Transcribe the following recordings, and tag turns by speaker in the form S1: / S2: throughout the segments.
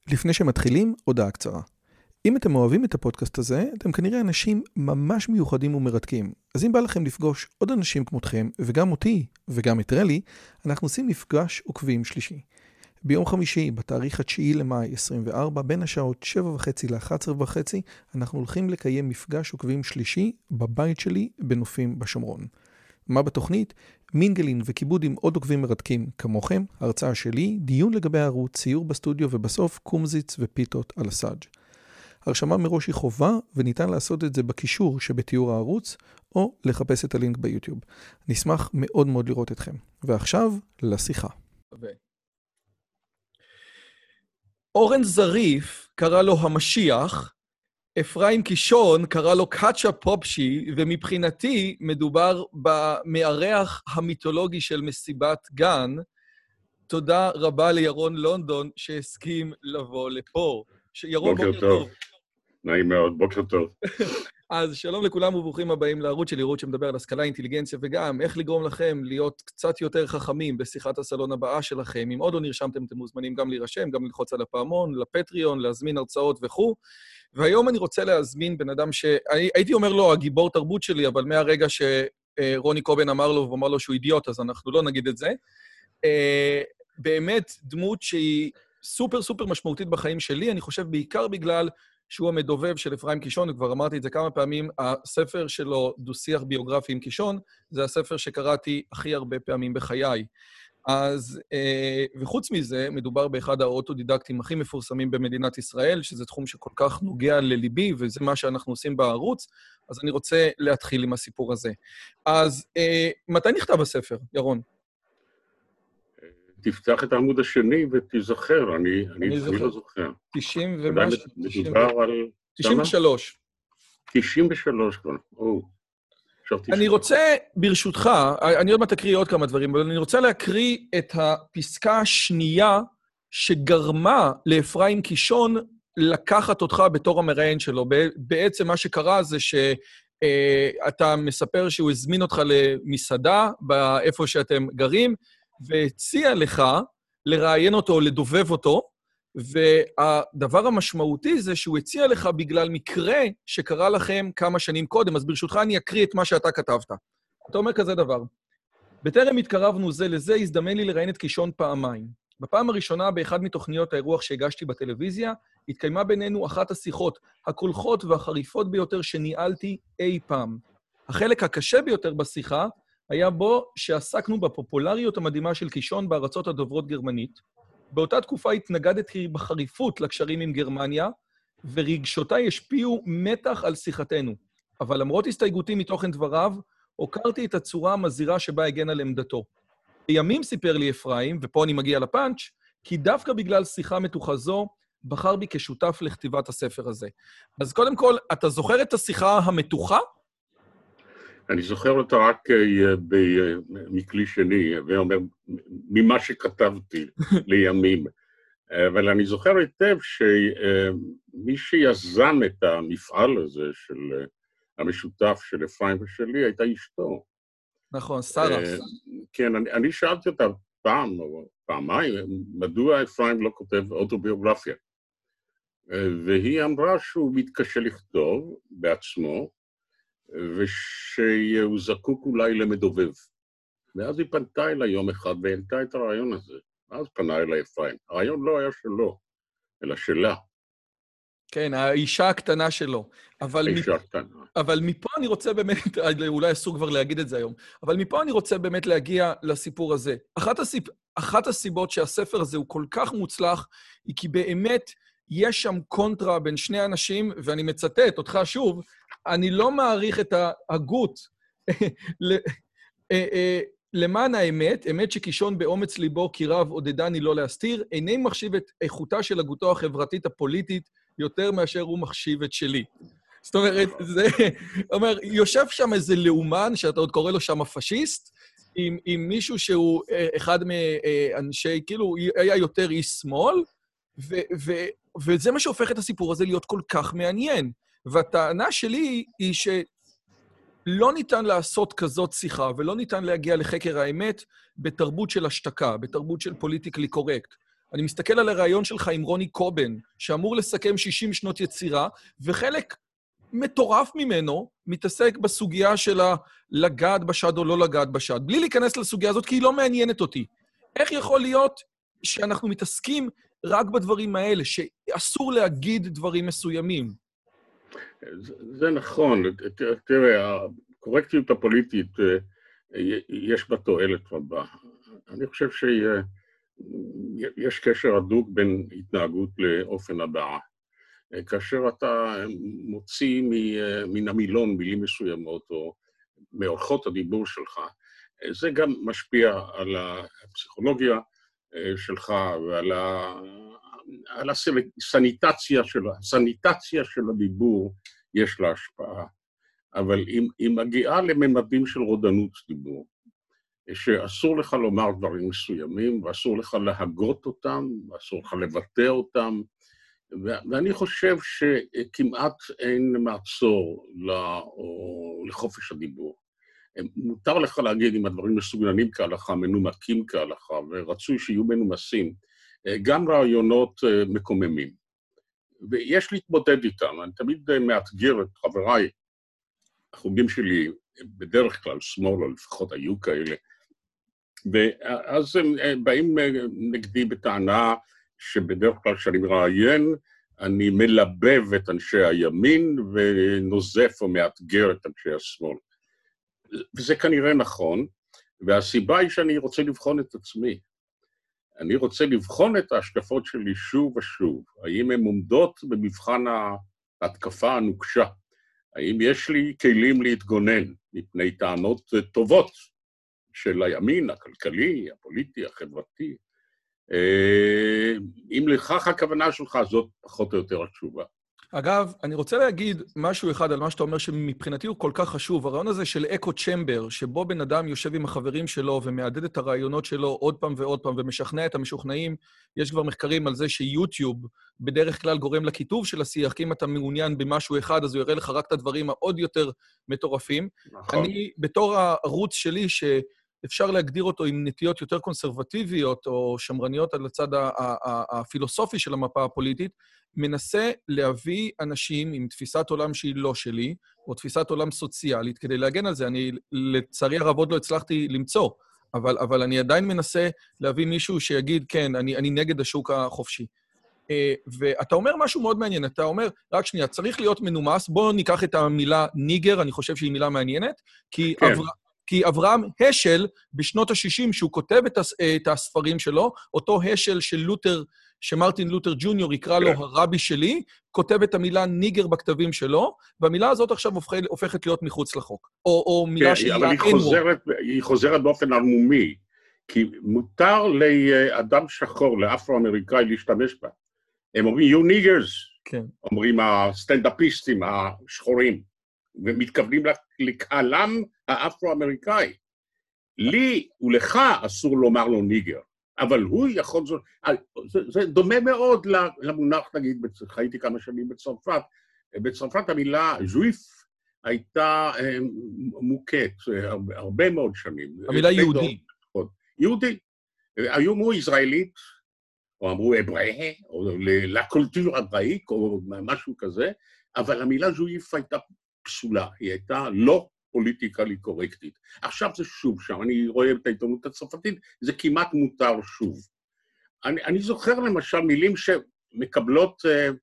S1: לפני שמתחילים, הודעה קצרה. אם אתם אוהבים את הפודקאסט הזה, אתם כנראה אנשים ממש מיוחדים ומרתקים. אז אם בא לכם לפגוש עוד אנשים כמותכם, וגם אותי, וגם את רלי, אנחנו עושים מפגש עוקבים שלישי. ביום חמישי, בתאריך 9 למאי 24, בין השעות 7:30 ל-11:30, אנחנו הולכים לקיים מפגש עוקבים שלישי בבית שלי בנופים בשומרון. מה בתוכנית? מינגלין וכיבוד עם עוד עוקבים מרתקים כמוכם, הרצאה שלי, דיון לגבי הערוץ, ציור בסטודיו ובסוף קומזיץ ופיתות על הסאג'. הרשמה מראש היא חובה וניתן לעשות את זה בקישור שבתיאור הערוץ או לחפש את הלינק ביוטיוב. נשמח מאוד מאוד לראות אתכם. ועכשיו לשיחה. אורן זריף קרא לו המשיח, אפרים קישון קרא לו קאצ'ה פופשי, ומבחינתי מדובר במארח המיתולוגי של מסיבת גן. תודה רבה לירון לונדון שהסכים לבוא לפה. ירון, בוקר טוב.
S2: נעים מאוד, בוקר טוב.
S1: אז שלום לכולם וברוכים הבאים לערוץ שלי, ערוץ שמדבר על השכלה, אינטליגנציה וגם איך לגרום לכם להיות קצת יותר חכמים בשיחת הסלון הבאה שלכם. אם עוד לא נרשמתם, אתם מוזמנים גם להירשם, גם ללחוץ על הפעמון, לפטריון, להזמין הרצאות וכו'. והיום אני רוצה להזמין בן אדם שהייתי אומר לו, הגיבור תרבות שלי, אבל מהרגע שרוני קובן אמר לו, והוא אמר לו שהוא אידיוט, אז אנחנו לא נגיד את זה. באמת דמות שהיא סופר סופר משמעותית בחיים שלי, אני חושב בעיקר בגלל שהוא המדובב של אפרים קישון, וכבר אמרתי את זה כמה פעמים, הספר שלו, דו-שיח ביוגרפי עם קישון, זה הספר שקראתי הכי הרבה פעמים בחיי. אז, וחוץ מזה, מדובר באחד האוטודידקטים הכי מפורסמים במדינת ישראל, שזה תחום שכל כך נוגע לליבי, וזה מה שאנחנו עושים בערוץ, אז אני רוצה להתחיל עם הסיפור הזה. אז מתי נכתב הספר, ירון?
S2: תפתח את העמוד השני ותזכר, אני לא זוכר.
S1: 90 ומשהו.
S2: מדובר על...
S1: 93.
S2: 93 כבר,
S1: אני רוצה, ברשותך, אני עוד מעט אקריא עוד כמה דברים, אבל אני רוצה להקריא את הפסקה השנייה שגרמה לאפרים קישון לקחת אותך בתור המראיין שלו. בעצם מה שקרה זה שאתה מספר שהוא הזמין אותך למסעדה, באיפה שאתם גרים, והציע לך לראיין אותו, לדובב אותו, והדבר המשמעותי זה שהוא הציע לך בגלל מקרה שקרה לכם כמה שנים קודם, אז ברשותך אני אקריא את מה שאתה כתבת. אתה אומר כזה דבר, בטרם התקרבנו זה לזה, הזדמן לי לראיין את קישון פעמיים. בפעם הראשונה, באחד מתוכניות האירוח שהגשתי בטלוויזיה, התקיימה בינינו אחת השיחות הקולחות והחריפות ביותר שניהלתי אי פעם. החלק הקשה ביותר בשיחה, היה בו שעסקנו בפופולריות המדהימה של קישון בארצות הדוברות גרמנית. באותה תקופה התנגדתי בחריפות לקשרים עם גרמניה, ורגשותיי השפיעו מתח על שיחתנו. אבל למרות הסתייגותי מתוכן דבריו, הוקרתי את הצורה המזהירה שבה הגן על עמדתו. בימים סיפר לי אפרים, ופה אני מגיע לפאנץ', כי דווקא בגלל שיחה מתוחה זו, בחר בי כשותף לכתיבת הספר הזה. אז קודם כל, אתה זוכר את השיחה המתוחה?
S2: אני זוכר אותה רק מכלי שני, ואומר, ממה שכתבתי לימים. אבל אני זוכר היטב שמי שיזם את המפעל הזה של המשותף של אפרים ושלי, הייתה אשתו.
S1: נכון, שרה.
S2: כן, אני שאלתי אותה פעם או פעמיים, מדוע אפרים לא כותב אוטוביוגרפיה? והיא אמרה שהוא מתקשה לכתוב בעצמו, ושהוא זקוק אולי למדובב. ואז היא פנתה אליי יום אחד והעלתה את הרעיון הזה. אז פנה אליי אפרים. הרעיון לא היה שלו, אלא שלה.
S1: כן, האישה הקטנה שלו.
S2: האישה הקטנה.
S1: אבל מפה אני רוצה באמת, אולי אסור כבר להגיד את זה היום, אבל מפה אני רוצה באמת להגיע לסיפור הזה. אחת הסיבות שהספר הזה הוא כל כך מוצלח, היא כי באמת יש שם קונטרה בין שני אנשים, ואני מצטט אותך שוב, אני לא מעריך את ההגות למען האמת, אמת שקישון באומץ ליבו כי רב עודדני לא להסתיר, איני מחשיב את איכותה של הגותו החברתית הפוליטית יותר מאשר הוא מחשיב את שלי. זאת אומרת, זה אומר, יושב שם איזה לאומן, שאתה עוד קורא לו שם הפשיסט, עם מישהו שהוא אחד מאנשי, כאילו, היה יותר איש שמאל, וזה מה שהופך את הסיפור הזה להיות כל כך מעניין. והטענה שלי היא שלא ניתן לעשות כזאת שיחה, ולא ניתן להגיע לחקר האמת בתרבות של השתקה, בתרבות של פוליטיקלי קורקט. אני מסתכל על הרעיון שלך עם רוני קובן, שאמור לסכם 60 שנות יצירה, וחלק מטורף ממנו מתעסק בסוגיה של לגעת בשד או לא לגעת בשד, בלי להיכנס לסוגיה הזאת, כי היא לא מעניינת אותי. איך יכול להיות שאנחנו מתעסקים רק בדברים האלה, שאסור להגיד דברים מסוימים?
S2: זה נכון. תראה, הקורקטיות הפוליטית, יש בה תועלת רבה. אני חושב שיש קשר הדוק בין התנהגות לאופן הבעה. כאשר אתה מוציא מן המילון מילים מסוימות, או מאורחות הדיבור שלך, זה גם משפיע על הפסיכולוגיה שלך ועל הסניטציה של הדיבור, יש לה השפעה. אבל היא מגיעה לממדים של רודנות דיבור, שאסור לך לומר דברים מסוימים, ואסור לך להגות אותם, ואסור לך לבטא אותם, ואני חושב שכמעט אין מעצור לחופש הדיבור. מותר לך להגיד אם הדברים מסוגננים כהלכה, מנומקים כהלכה, ורצוי שיהיו מנומסים, גם רעיונות מקוממים. ויש להתמודד איתם. אני תמיד מאתגר את חבריי, החוגים שלי, בדרך כלל שמאל, או לפחות היו כאלה, ואז הם באים נגדי בטענה שבדרך כלל כשאני מראיין, אני מלבב את אנשי הימין ונוזף או מאתגר את אנשי השמאל. וזה כנראה נכון, והסיבה היא שאני רוצה לבחון את עצמי. אני רוצה לבחון את ההשקפות שלי שוב ושוב. האם הן עומדות במבחן ההתקפה הנוקשה? האם יש לי כלים להתגונן מפני טענות טובות של הימין, הכלכלי, הפוליטי, החברתי? אם לכך הכוונה שלך, זאת פחות או יותר התשובה.
S1: אגב, אני רוצה להגיד משהו אחד על מה שאתה אומר שמבחינתי הוא כל כך חשוב. הרעיון הזה של אקו צ'מבר, שבו בן אדם יושב עם החברים שלו ומעדד את הרעיונות שלו עוד פעם ועוד פעם ומשכנע את המשוכנעים, יש כבר מחקרים על זה שיוטיוב בדרך כלל גורם לכיתוב של השיח, כי אם אתה מעוניין במשהו אחד, אז הוא יראה לך רק את הדברים העוד יותר מטורפים. נכון. אני, בתור הערוץ שלי, אפשר להגדיר אותו עם נטיות יותר קונסרבטיביות או שמרניות על הצד הפילוסופי של המפה הפוליטית, מנסה להביא אנשים עם תפיסת עולם שהיא לא שלי, או תפיסת עולם סוציאלית, כדי להגן על זה. אני לצערי הרב עוד לא הצלחתי למצוא, אבל אני עדיין מנסה להביא מישהו שיגיד, כן, אני נגד השוק החופשי. ואתה אומר משהו מאוד מעניין, אתה אומר, רק שנייה, צריך להיות מנומס, בואו ניקח את המילה ניגר, אני חושב שהיא מילה מעניינת, כי אברהם השל, בשנות ה-60, שהוא כותב את הספרים שלו, אותו השל של לותר, שמרטין לותר ג'וניור יקרא לו הרבי שלי, כותב את המילה ניגר בכתבים שלו, והמילה הזאת עכשיו הופכת להיות מחוץ לחוק. או מילה שהיא
S2: אבל היא חוזרת באופן ערמומי, כי מותר לאדם שחור, לאפרו-אמריקאי, להשתמש בה. הם אומרים, you niggers, אומרים הסטנדאפיסטים השחורים, ומתכוונים לקהלם האפרו-אמריקאי. לי ולך אסור לומר לו ניגר, אבל הוא יכול... זה דומה מאוד למונח, נגיד, חייתי כמה שנים בצרפת. בצרפת המילה ז'ויף הייתה מוכת הרבה מאוד שנים.
S1: המילה יהודי.
S2: יהודי. היו אמרו ישראלית, או אמרו אבראה, או לקולטור אבראיק, או משהו כזה, אבל המילה ז'ויף הייתה פסולה, היא הייתה לא פוליטיקלי קורקטית. עכשיו זה שוב שם, אני רואה את העיתונות הצרפתית, זה כמעט מותר שוב. אני זוכר למשל מילים שמקבלות,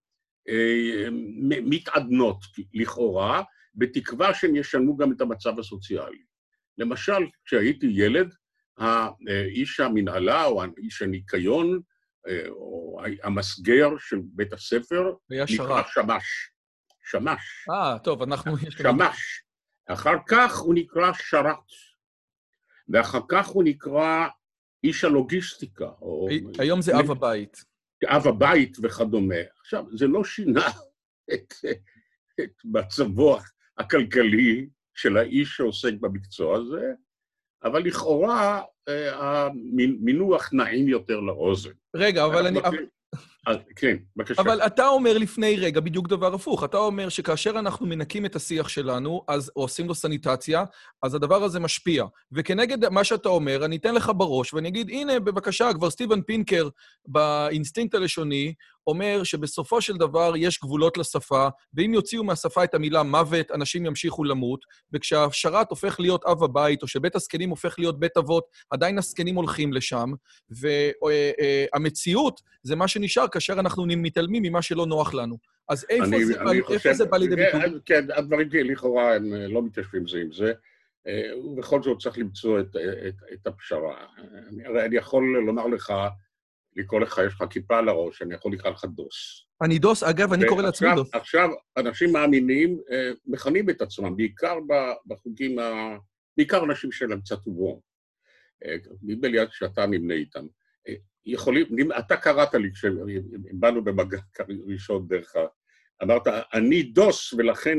S2: מתעדנות לכאורה, בתקווה שהם ישנו גם את המצב הסוציאלי. למשל, כשהייתי ילד, האיש המנהלה או האיש הניקיון, או המסגר של בית הספר, נקרא שמש. שמש.
S1: טוב, אנחנו...
S2: שמש. אחר כך הוא נקרא שרת. ואחר כך הוא נקרא איש הלוגיסטיקה.
S1: היום זה אב הבית.
S2: אב הבית וכדומה. עכשיו, זה לא שינה את מצבו הכלכלי של האיש שעוסק במקצוע הזה, אבל לכאורה המינוח נעים יותר לאוזן.
S1: רגע, אבל
S2: כן, בבקשה.
S1: אבל אתה אומר לפני רגע בדיוק דבר הפוך. אתה אומר שכאשר אנחנו מנקים את השיח שלנו, אז עושים לו סניטציה, אז הדבר הזה משפיע. וכנגד מה שאתה אומר, אני אתן לך בראש, ואני אגיד, הנה, בבקשה, כבר סטיבן פינקר, באינסטינקט הלשוני, אומר שבסופו של דבר יש גבולות לשפה, ואם יוציאו מהשפה את המילה מוות, אנשים ימשיכו למות, וכשהשרת הופך להיות אב הבית, או שבית הזקנים הופך להיות בית אבות, עדיין הזקנים הולכים לשם, והמציאות זה מה שנשאר כאשר אנחנו מתעלמים ממה שלא נוח לנו. אז איפה זה בא לידי ביטוי?
S2: כן, הדברים לכאורה הם לא מתיישבים זה עם זה, ובכל זאת צריך למצוא את הפשרה. אני יכול לומר לך, לקרוא לך, יש לך כיפה על הראש, אני יכול לקרוא לך דוס.
S1: אני דוס, אגב, אני קורא לעצמי דוס.
S2: עכשיו, אנשים מאמינים, מכנים את עצמם, בעיקר בחוגים, בעיקר אנשים שלהם קצת הומור. נדמה לי שאתה נמנה איתם. אתה קראת לי, כשבאנו במגע ראשון דרך, אמרת, אני דוס, ולכן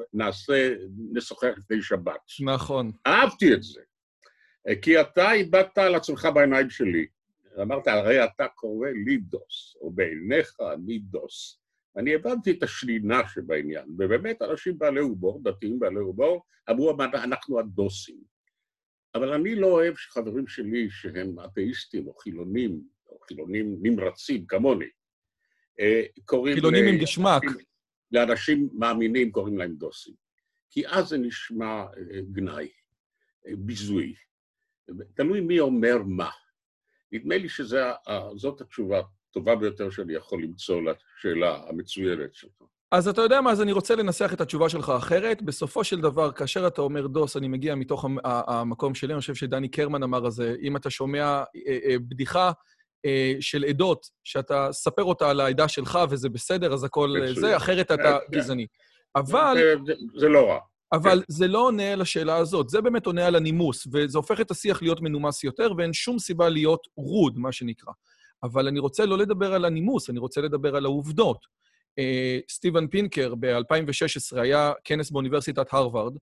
S2: נשוחח לפני שבת.
S1: נכון.
S2: אהבתי את זה, כי אתה איבדת על עצמך בעיניים שלי. אמרת, הרי אתה קורא לי דוס, או בעיניך אני דוס. אני הבנתי את השלינה שבעניין, ובאמת אנשים בעלי הומור, דתיים בעלי הומור, אמרו, אנחנו הדוסים. אבל אני לא אוהב שחברים שלי שהם אתאיסטים או חילונים נמרצים כמוני, קוראים
S1: חילונים עם גשמק.
S2: לאנשים מאמינים קוראים להם דוסים. כי אז זה נשמע גנאי, ביזוי. תלוי מי אומר מה. נדמה לי שזאת התשובה הטובה ביותר שאני יכול למצוא לשאלה המצוינת שלך.
S1: אז אתה יודע מה, אז אני רוצה לנסח את התשובה שלך אחרת. בסופו של דבר, כאשר אתה אומר דוס, אני מגיע מתוך המקום שלי, אני חושב שדני קרמן אמר על זה, אם אתה שומע בדיחה של עדות, שאתה ספר אותה על העדה שלך וזה בסדר, אז הכל זה, אחרת אתה גזעני. אבל...
S2: זה לא רע.
S1: אבל זה לא עונה על השאלה הזאת, זה באמת עונה על הנימוס, וזה הופך את השיח להיות מנומס יותר, ואין שום סיבה להיות רוד, מה שנקרא. אבל אני רוצה לא לדבר על הנימוס, אני רוצה לדבר על העובדות. סטיבן פינקר ב-2016 היה כנס באוניברסיטת הרווארד,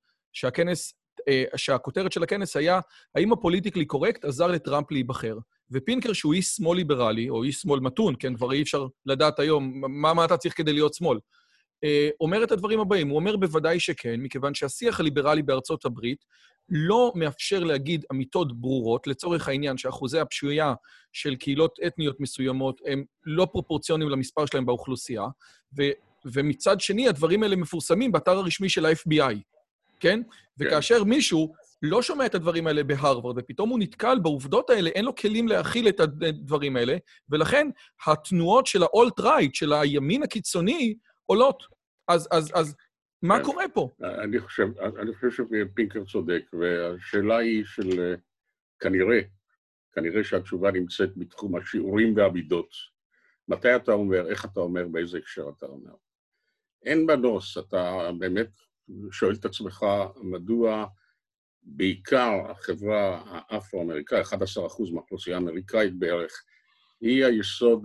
S1: שהכותרת של הכנס היה, האם הפוליטיקלי קורקט עזר לטראמפ להיבחר? ופינקר, שהוא איש שמאל ליברלי, או איש שמאל מתון, כן, כבר אי אפשר לדעת היום מה אתה צריך כדי להיות שמאל, אומר את הדברים הבאים, הוא אומר בוודאי שכן, מכיוון שהשיח הליברלי בארצות הברית לא מאפשר להגיד אמיתות ברורות, לצורך העניין שאחוזי הפשיעה של קהילות אתניות מסוימות הם לא פרופורציוניים למספר שלהם באוכלוסייה, ומצד שני הדברים האלה מפורסמים באתר הרשמי של ה-FBI, כן? וכאשר מישהו לא שומע את הדברים האלה בהרווארד, ופתאום הוא נתקל בעובדות האלה, אין לו כלים להכיל את הדברים האלה, ולכן התנועות של האולט-רייט, של הימין הקיצוני, עולות. אז מה קורה פה?
S2: אני חושב שפינקר צודק, והשאלה היא של כנראה שהתשובה נמצאת בתחום השיעורים והמידות. מתי אתה אומר, איך אתה אומר, באיזה הקשר אתה אומר. אין מנוס, אתה באמת שואל את עצמך מדוע בעיקר החברה האפרו-אמריקאית, 11% מהאוכלוסייה האמריקאית בערך, היא היסוד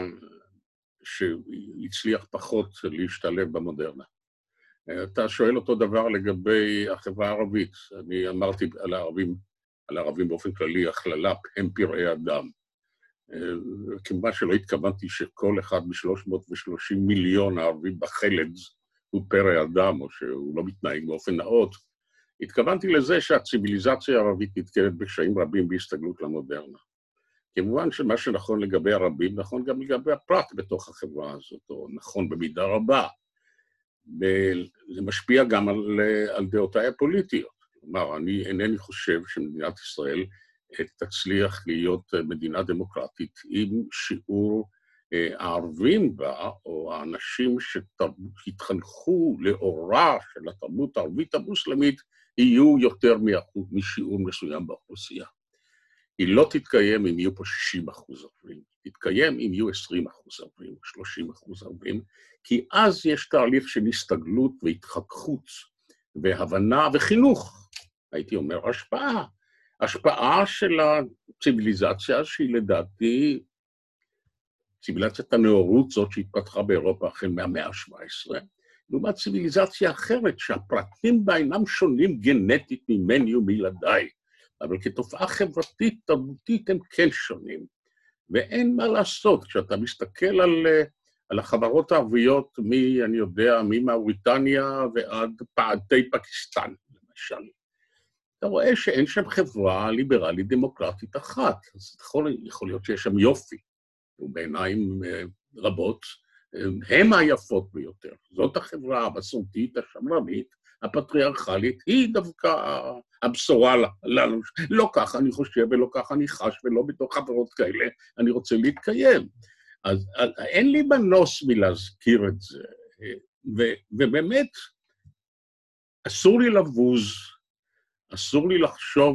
S2: שהצליח פחות להשתלב במודרנה. אתה שואל אותו דבר לגבי החברה הערבית. אני אמרתי על הערבים באופן כללי, הכללה הם פראי אדם. כמובן שלא התכוונתי שכל אחד מ-330 מיליון הערבים בחלד הוא פרא אדם, או שהוא לא מתנהג באופן נאות. התכוונתי לזה שהציביליזציה הערבית נתקלת בקשיים רבים בהסתגלות למודרנה. כמובן שמה שנכון לגבי הרבים, נכון גם לגבי הפרט בתוך החברה הזאת, או נכון במידה רבה. זה משפיע גם על דעותיי הפוליטיות. כלומר, אני אינני חושב שמדינת ישראל תצליח להיות מדינה דמוקרטית עם שיעור הערבים בה, או האנשים שהתחנכו לאורה של התרבות הערבית המוסלמית, יהיו יותר משיעור מסוים באוכלוסייה. היא לא תתקיים אם יהיו פה 60% ערבים, תתקיים אם יהיו 20% ערבים, 30% ערבים, כי אז יש תהליך של הסתגלות והתחככות והבנה וחינוך, הייתי אומר, השפעה של הציביליזציה שהיא לדעתי, ציביליזציית הנאורות זאת שהתפתחה באירופה החל מהמאה ה-17, לעומת ציביליזציה אחרת שהפרטים בה אינם שונים גנטית ממני ומילדיי, אבל כתופעה חברתית, תרבותית, הם כן שונים. ואין מה לעשות, כשאתה מסתכל על החברות הערביות, אני יודע, ממאוריטניה ועד פעדי פקיסטן, למשל. אתה רואה שאין שם חברה ליברלית דמוקרטית אחת. אז יכול להיות שיש שם יופי, ובעיניים רבות, הם היפות ביותר. זאת החברה המסורתית, השמרנית, הפטריארכלית, היא דווקא הבשורה לנו. לא ככה אני חושב ולא ככה אני חש, ולא בתוך חברות כאלה אני רוצה להתקיים. אז אין לי מנוס מלהזכיר את זה, ובאמת אסור לי לבוז, אסור לי לחשוב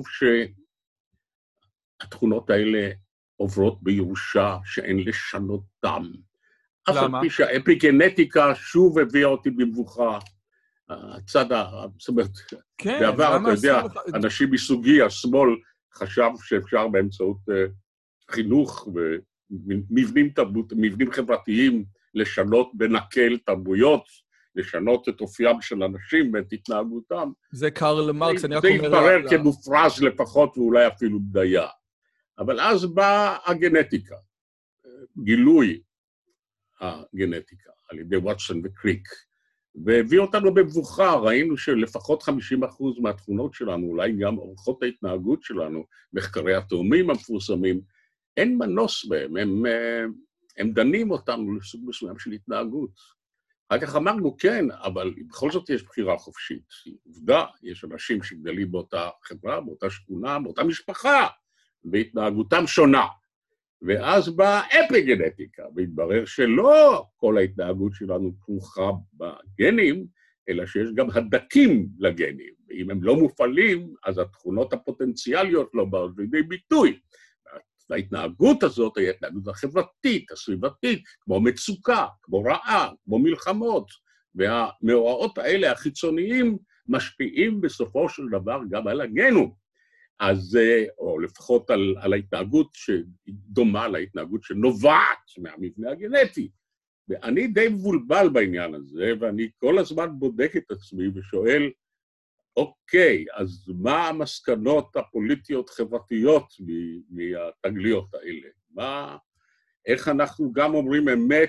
S2: שהתכונות האלה עוברות בירושה שאין לשנותם.
S1: למה?
S2: אף על פי שהאפיגנטיקה שוב הביאה אותי במבוכה. הצד, זאת אומרת,
S1: כן,
S2: בעבר, אתה יודע, אנשים מסוגי, השמאל חשב שאפשר באמצעות חינוך ומבנים חברתיים לשנות בנקל תרבויות, לשנות את אופיים של אנשים ואת התנהגותם.
S1: זה קרל מרקס, אני רק
S2: אומר...
S1: אומר...
S2: זה התברר כמופרז לפחות ואולי אפילו בדיה. אבל אז באה הגנטיקה, גילוי הגנטיקה, על ידי וואטסון וקריק, והביא אותנו במבוכה, ראינו שלפחות 50% מהתכונות שלנו, אולי גם אורחות ההתנהגות שלנו, מחקרי התאומים המפורסמים, אין מנוס בהם, הם דנים אותנו לסוג מסוים של התנהגות. אחר כך אמרנו, כן, אבל בכל זאת יש בחירה חופשית. עובדה, יש אנשים שגדלים באותה חברה, באותה שכונה, באותה משפחה, והתנהגותם שונה. ואז באה אפיגנטיקה, והתברר שלא כל ההתנהגות שלנו כרוכה בגנים, אלא שיש גם הדקים לגנים. ואם הם לא מופעלים, אז התכונות הפוטנציאליות לא באות לידי ביטוי. וההתנהגות הזאת היא ההתנהגות החברתית, הסביבתית, כמו מצוקה, כמו רעה, כמו מלחמות. והמאורעות האלה החיצוניים משפיעים בסופו של דבר גם על הגנו. אז, או לפחות על ההתנהגות שדומה להתנהגות שנובעת מהמבנה הגנטי. ואני די מבולבל בעניין הזה, ואני כל הזמן בודק את עצמי ושואל, אוקיי, אז מה המסקנות הפוליטיות-חברתיות מהתגליות האלה? איך אנחנו גם אומרים אמת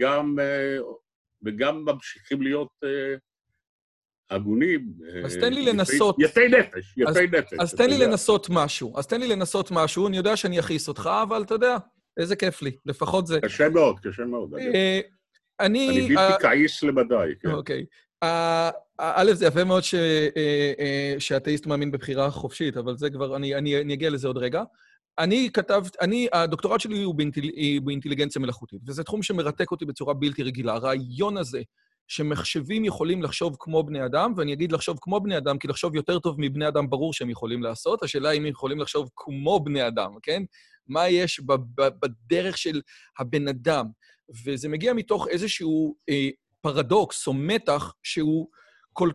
S2: וגם ממשיכים להיות... הגונים,
S1: אז תן לי לנסות...
S2: יפי נפש.
S1: אז תן לי לנסות משהו. אני יודע שאני אכעיס אותך, אבל אתה יודע, איזה כיף לי. לפחות זה...
S2: קשה מאוד. אני בלתי כעיס למדי, כן.
S1: אוקיי. א', זה יפה מאוד שהאתאיסט מאמין בבחירה חופשית, אבל זה כבר, אני אגיע לזה עוד רגע. הדוקטורט שלי הוא באינטליגנציה מלאכותית, וזה תחום שמרתק אותי בצורה בלתי רגילה. הרעיון הזה, שמחשבים יכולים לחשוב כמו בני אדם, ואני אגיד לחשוב כמו בני אדם, כי לחשוב יותר טוב מבני אדם ברור שהם יכולים לעשות, השאלה אם הם יכולים לחשוב כמו בני אדם, כן? מה יש בדרך של הבן אדם? וזה מגיע מתוך איזשהו פרדוקס או מתח שהוא כל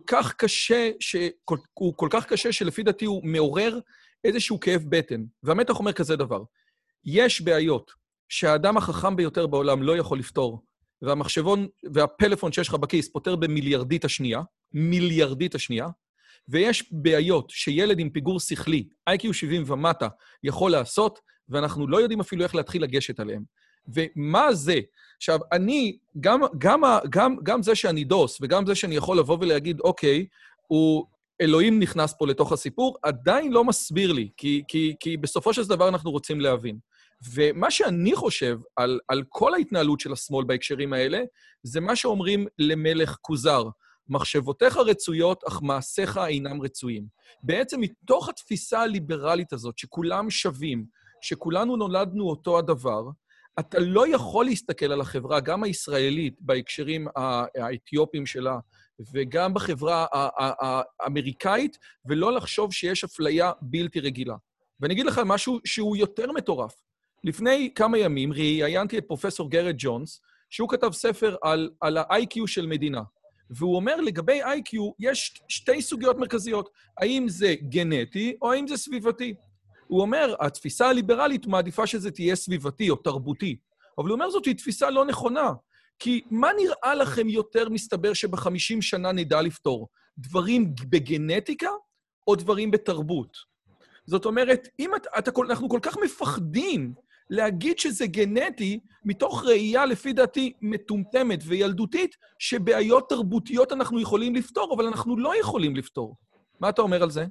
S1: כך קשה שלפי דעתי הוא מעורר איזשהו כאב בטן. והמתח אומר כזה דבר, יש בעיות שהאדם החכם ביותר בעולם לא יכול לפתור, והמחשבון והפלאפון שיש לך בכיס פותר במיליארדית השנייה, ויש בעיות שילד עם פיגור שכלי, IQ 70 ומטה, יכול לעשות, ואנחנו לא יודעים אפילו איך להתחיל לגשת עליהם. ומה זה? עכשיו, אני, גם זה שאני דוס, וגם זה שאני יכול לבוא ולהגיד, אוקיי, אלוהים נכנס פה לתוך הסיפור, עדיין לא מסביר לי, כי בסופו של דבר אנחנו רוצים להבין. ומה שאני חושב על כל ההתנהלות של השמאל בהקשרים האלה, זה מה שאומרים למלך כוזר, מחשבותיך רצויות, אך מעשיך אינם רצויים. בעצם מתוך התפיסה הליברלית הזאת, שכולם שווים, שכולנו נולדנו אותו הדבר, אתה לא יכול להסתכל על החברה, גם הישראלית, בהקשרים האתיופיים שלה, וגם בחברה האמריקאית, ולא לחשוב שיש אפליה בלתי רגילה. ואני אגיד לך משהו שהוא יותר מטורף. לפני כמה ימים ראיינתי את פרופסור גרד ג'ונס, שהוא כתב ספר על ה-IQ של מדינה. והוא אומר, לגבי IQ, יש שתי סוגיות מרכזיות. האם זה גנטי או האם זה סביבתי? הוא אומר, התפיסה הליברלית מעדיפה שזה תהיה סביבתי או תרבותי. אבל הוא אומר, זאת היא תפיסה לא נכונה. כי מה נראה לכם יותר מסתבר שב-50 שנה נדע לפתור? דברים בגנטיקה או דברים בתרבות? זאת אומרת, אם אנחנו כל כך מפחדים להגיד שזה גנטי, מתוך ראייה, לפי דעתי, מטומטמת וילדותית, שבעיות תרבותיות אנחנו יכולים לפתור, אבל אנחנו לא יכולים לפתור. מה אתה אומר על זה?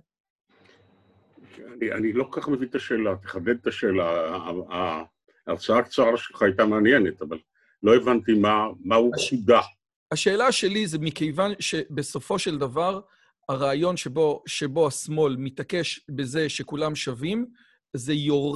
S2: אני לא כל כך מבין את השאלה, תחדד את השאלה. ההרצאה הקצרה שלך הייתה מעניינת, אבל לא הבנתי מה הוא חודה.
S1: השאלה שלי זה מכיוון שבסופו של דבר, הרעיון שבו השמאל מתעקש בזה שכולם שווים, זה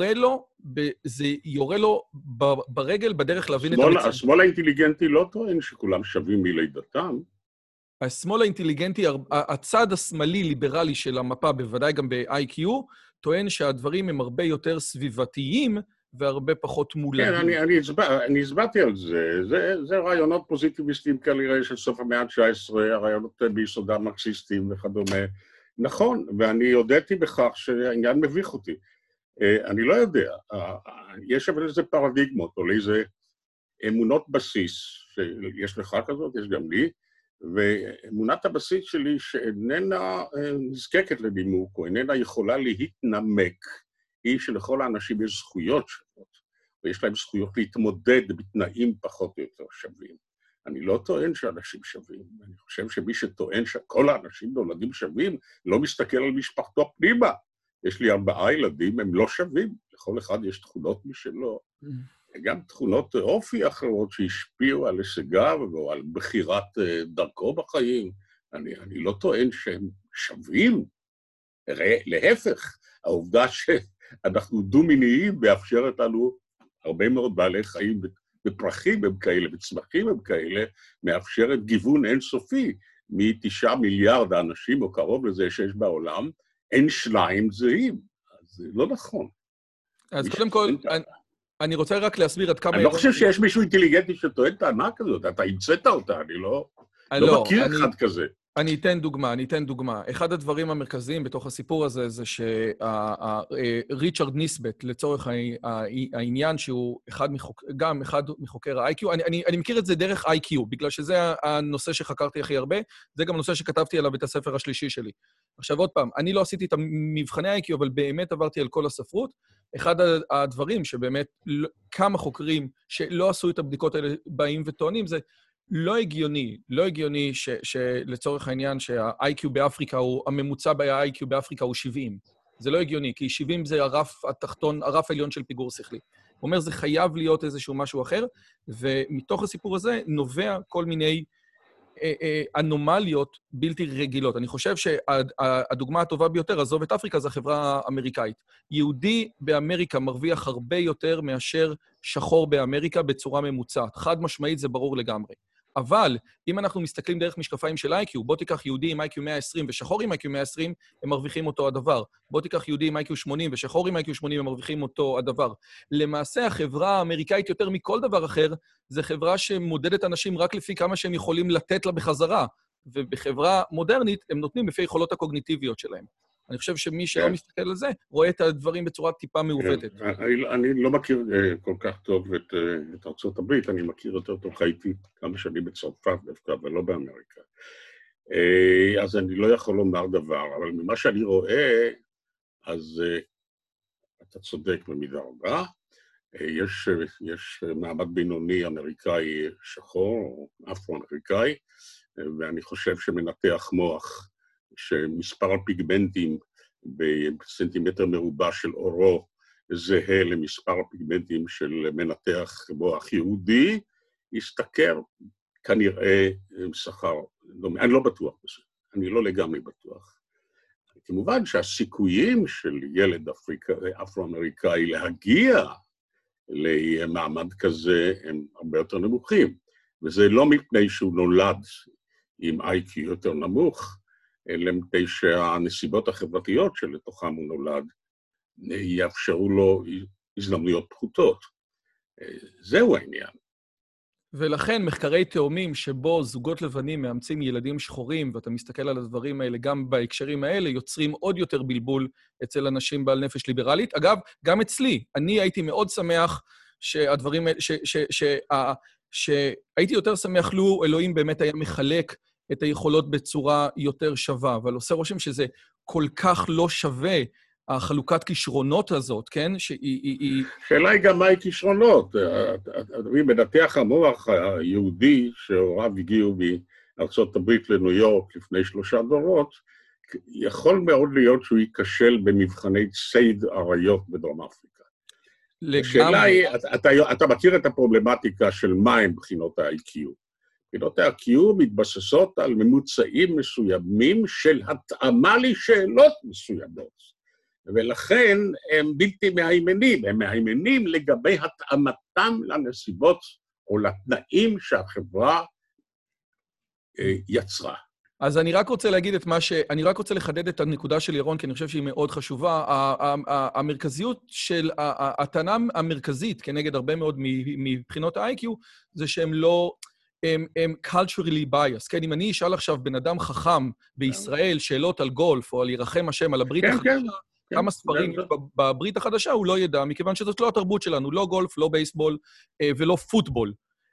S1: יורה לו ברגל בדרך להבין את המציאות.
S2: השמאל האינטליגנטי לא טוען שכולם שווים מלידתם.
S1: השמאל האינטליגנטי, הצד השמאלי ליברלי של המפה, בוודאי גם ב-IQ, טוען שהדברים הם הרבה יותר סביבתיים והרבה פחות מולדים.
S2: כן, אני הסברתי על זה. זה רעיונות פוזיטיביסטיים כנראה של סוף המאה ה-19, הרעיונות ביסודם מרקסיסטיים וכדומה. נכון, ואני הודיתי בכך שהעניין מביך אותי. אני לא יודע, יש אבל איזה פרדיגמות, או איזה אמונות בסיס, שיש לך כזאת, יש גם לי, ואמונת הבסיס שלי שאיננה נזקקת לנימוק, או איננה יכולה להתנמק, היא שלכל האנשים יש זכויות שוות, ויש להם זכויות להתמודד בתנאים פחות או יותר שווים. אני לא טוען שאנשים שווים, אני חושב שמי שטוען שכל האנשים נולדים שווים, לא מסתכל על משפחתו פנימה. יש לי 4 ילדים, הם לא שווים, לכל אחד יש תכונות משלו. גם תכונות אופי אחרות שהשפיעו על הישגיו או על בחירת דרכו בחיים. אני לא טוען שהם שווים. להפך, העובדה שאנחנו דו-מיניים מאפשרת לנו הרבה מאוד בעלי חיים בפרחים הם כאלה, בצמחים הם כאלה, מאפשרת גיוון אינסופי מ9 מיליארד האנשים או קרוב לזה שיש בעולם, אין 2 זהים. אז זה לא נכון.
S1: אז קודם כל, אני רוצה רק להסביר עד כמה...
S2: אני לא חושב שיש מישהו אינטליגנטי שטוען טענה כזאת, אתה המצאת אותה, אני לא מכיר אחד כזה.
S1: אני אתן דוגמה. אחד הדברים המרכזיים בתוך הסיפור הזה, זה שריצ'רד ניסבט, לצורך העניין שהוא גם אחד מחוקר ה-IQ, אני מכיר את זה דרך IQ, בגלל שזה הנושא שחקרתי הכי הרבה, זה גם הנושא שכתבתי עליו את הספר השלישי שלי. עכשיו עוד פעם, אני לא עשיתי את מבחני IQ, אבל באמת עברתי על כל הספרות. אחד הדברים שבאמת כמה חוקרים שלא עשו את הבדיקות האלה באים וטוענים, זה לא הגיוני שלצורך העניין שה-IQ באפריקה, הממוצע ב-IQ באפריקה הוא 70. זה לא הגיוני, כי 70 זה הרף התחתון, הרף העליון של פיגור שכלי. הוא אומר, זה חייב להיות איזשהו משהו אחר, ומתוך הסיפור הזה נובע כל מיני אנומליות בלתי רגילות. אני חושב שהדוגמה הטובה ביותר, עזוב את אפריקה, זה החברה האמריקאית. יהודי באמריקה מרוויח הרבה יותר מאשר שחור באמריקה בצורה ממוצעת. חד משמעית זה ברור לגמרי. אבל אם אנחנו מסתכלים דרך משקפיים של IQ, בוא תיקח יהודי עם IQ 120 ושחור עם IQ 120, הם מרוויחים אותו הדבר. בוא תיקח יהודי עם IQ 80 ושחור עם IQ 80, הם מרוויחים אותו הדבר. למעשה, החברה האמריקאית יותר מכל דבר אחר, זה חברה שמודדת אנשים רק לפי כמה שהם יכולים לתת לה בחזרה. ובחברה מודרנית, הם נותנים לפי יכולות הקוגניטיביות שלהם. אני חושב שמי שלא מסתכל על זה, רואה את הדברים בצורה טיפה מעוותת.
S2: אני לא מכיר כל כך טוב את ארצות הברית, אני מכיר יותר טוב, חייתי כמה שנים בצרפת דווקא, אבל לא באמריקה. אז אני לא יכול לומר דבר, אבל ממה שאני רואה, אז אתה צודק במידה רבה. יש מעמד בינוני אמריקאי שחור, אפרו-אמריקאי, ואני חושב שמנתח מוח, שמספר הפיגמנטים בסנטימטר מרובע של אורו זהה למספר הפיגמנטים של מנתח מוח יהודי, ישתכר כנראה שכר. אני לא בטוח בזה, אני לא לגמרי בטוח. כמובן שהסיכויים של ילד אפרו-אמריקאי להגיע למעמד כזה הם הרבה יותר נמוכים, וזה לא מפני שהוא נולד עם IQ יותר נמוך, אלא מפני שהנסיבות החברתיות שלתוכם הוא נולד יאפשרו לו הזדמנויות פחותות. זהו העניין.
S1: ולכן מחקרי תאומים שבו זוגות לבנים מאמצים ילדים שחורים, ואתה מסתכל על הדברים האלה גם בהקשרים האלה, יוצרים עוד יותר בלבול אצל אנשים בעל נפש ליברלית. אגב, גם אצלי, אני הייתי מאוד שמח שהדברים האלה, שהייתי יותר שמח לו אלוהים באמת היה מחלק את היכולות בצורה יותר שווה, אבל עושה רושם שזה כל כך לא שווה החלוקת כישרונות הזאת, כן? שהיא...
S2: שאלה היא גם מהי כישרונות. מנתח המוח היהודי, שהוריו הגיעו מארצות הברית לניו יורק לפני 3 דורות, יכול מאוד להיות שהוא ייכשל במבחני ציד אריות בדרום אפריקה. השאלה היא, אתה מכיר את הפרובלמטיקה של מה הם בחינות ה-IQ. בחינות ה-IQ מתבססות על ממוצעים מסוימים של התאמה לשאלות מסוימות. ולכן הם בלתי מהימנים, הם מהימנים לגבי התאמתם לנסיבות או לתנאים שהחברה יצרה.
S1: אז אני רק רוצה להגיד אני רק רוצה לחדד את הנקודה של ירון, כי אני חושב שהיא מאוד חשובה. המרכזיות של, הטענה המרכזית כנגד הרבה מאוד מבחינות ה-IQ, זה שהם לא, הם culturally biased. כן, אם אני אשאל עכשיו בן אדם חכם בישראל שאלות על גולף, או על ירחם השם, על הברית החדשה, כמה ספרים בברית החדשה, הוא לא ידע, מכיוון שזאת לא התרבות שלנו, לא גולף, לא בייסבול ולא פוטבול.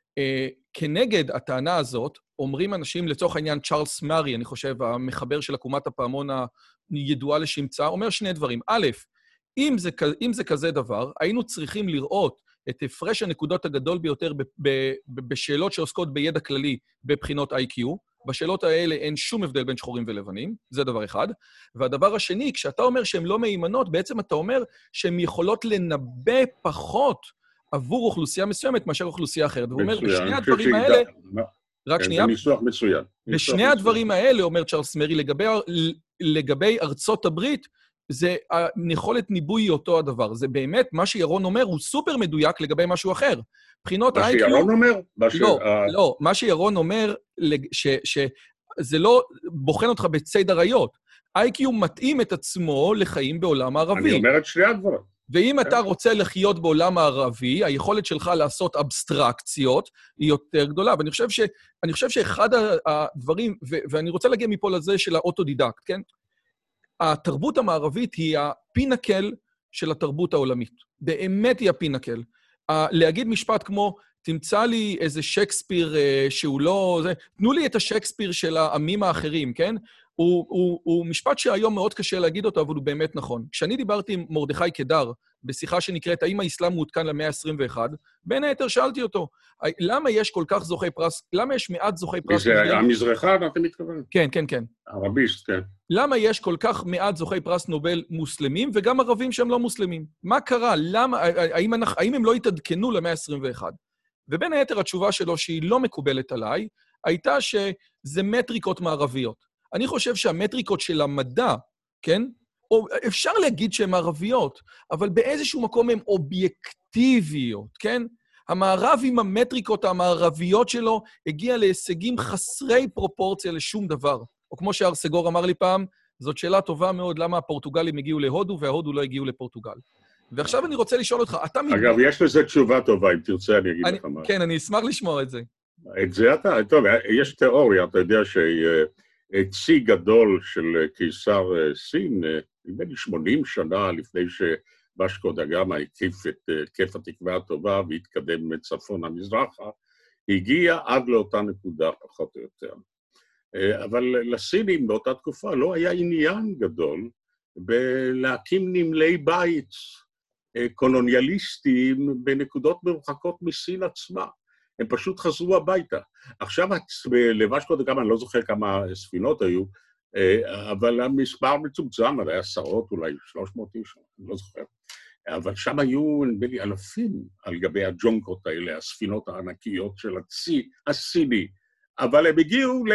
S1: כנגד הטענה הזאת, אומרים אנשים, לצורך העניין, צ'ארלס מארי, אני חושב, המחבר של עקומת הפעמון הידועה לשמצה, אומר 2 דברים. א', אם זה כזה דבר, היינו צריכים לראות את הפרש הנקודות הגדול ביותר בשאלות שעוסקות בידע כללי בבחינות IQ. בשאלות האלה אין שום הבדל בין שחורים ולבנים, זה דבר אחד. והדבר השני, כשאתה אומר שהן לא מהימנות, בעצם אתה אומר שהן יכולות לנבא פחות עבור אוכלוסייה מסוימת מאשר אוכלוסייה אחרת. והוא אומר, בשני הדברים האלה... רק שנייה.
S2: זה ניסוח מצוין.
S1: בשני הדברים האלה, אומר צ'ארלס מארי, לגבי ארצות הברית, זה יכולת ניבוי אותו הדבר. זה באמת, מה שירון אומר, הוא סופר מדויק לגבי משהו אחר. בחינות
S2: מה שירון אומר?
S1: לא, מה שירון אומר, שזה לא בוחן אותך בציד אריות. IQ מתאים את עצמו לחיים בעולם הערבי.
S2: אני אומר את 2 הדברים.
S1: ואם אתה רוצה לחיות בעולם הערבי, היכולת שלך לעשות אבסטרקציות היא יותר גדולה. ואני חושב שאחד הדברים, ואני רוצה להגיע מפה לזה של האוטודידקט, כן? התרבות המערבית היא הפינקל של התרבות העולמית. באמת היא הפינקל. להגיד משפט כמו, תמצא לי איזה שייקספיר שהוא לא... תנו לי את השייקספיר של העמים האחרים, כן? הוא משפט שהיום מאוד קשה להגיד אותו, אבל הוא באמת נכון. כשאני דיברתי עם מרדכי קדר, בשיחה שנקראת, האם האסלאם מעודכן למאה ה-21, בין היתר שאלתי אותו, למה יש כל כך זוכי פרס, למה יש מעט זוכי פרס...
S2: זה המזרחה, אתה מתכוון?
S1: כן, כן, כן.
S2: ערביסט, כן.
S1: למה יש כל כך מעט זוכי פרס נובל מוסלמים, וגם ערבים שהם לא מוסלמים? מה קרה? למה, האם הם לא התעדכנו למאה ה-21? ובין היתר התשובה שלו, שהיא לא מקובלת עליי, הייתה שזה מטריקות מערביות. אני חושב שהמטריקות של המדע, כן? או אפשר להגיד שהן מערביות, אבל באיזשהו מקום הן אובייקטיביות, כן? המערב עם המטריקות המערביות שלו הגיע להישגים חסרי פרופורציה לשום דבר. או כמו שארסגור אמר לי פעם, זאת שאלה טובה מאוד למה הפורטוגלים הגיעו להודו וההודו לא הגיעו לפורטוגל. ועכשיו אני רוצה לשאול אותך, אתה...
S2: אגב, יש לזה תשובה טובה, אם תרצה אני אגיד לך מה.
S1: כן, אני אשמח לשמוע את זה.
S2: את זה אתה, טוב, יש תיאוריה, אתה יודע צי גדול של קיסר סין, נדמה לי 80 שנה לפני שבשקו דה גאמה הקיף את כיף התקווה הטובה והתקדם מצפון המזרחה, הגיע עד לאותה נקודה פחות או יותר. אבל לסינים באותה תקופה לא היה עניין גדול בלהקים נמלי בית קולוניאליסטיים בנקודות מרוחקות מסין עצמה. הם פשוט חזרו הביתה. עכשיו, לבשקו דה גאמה, אני לא זוכר כמה ספינות היו, אבל המספר מצומצם, היה עשרות, אולי 300 איש, אני לא זוכר. אבל שם היו, נדמה לי, אלפים על גבי הג'ונקות האלה, הספינות הענקיות של הצי הסיני. אבל הם הגיעו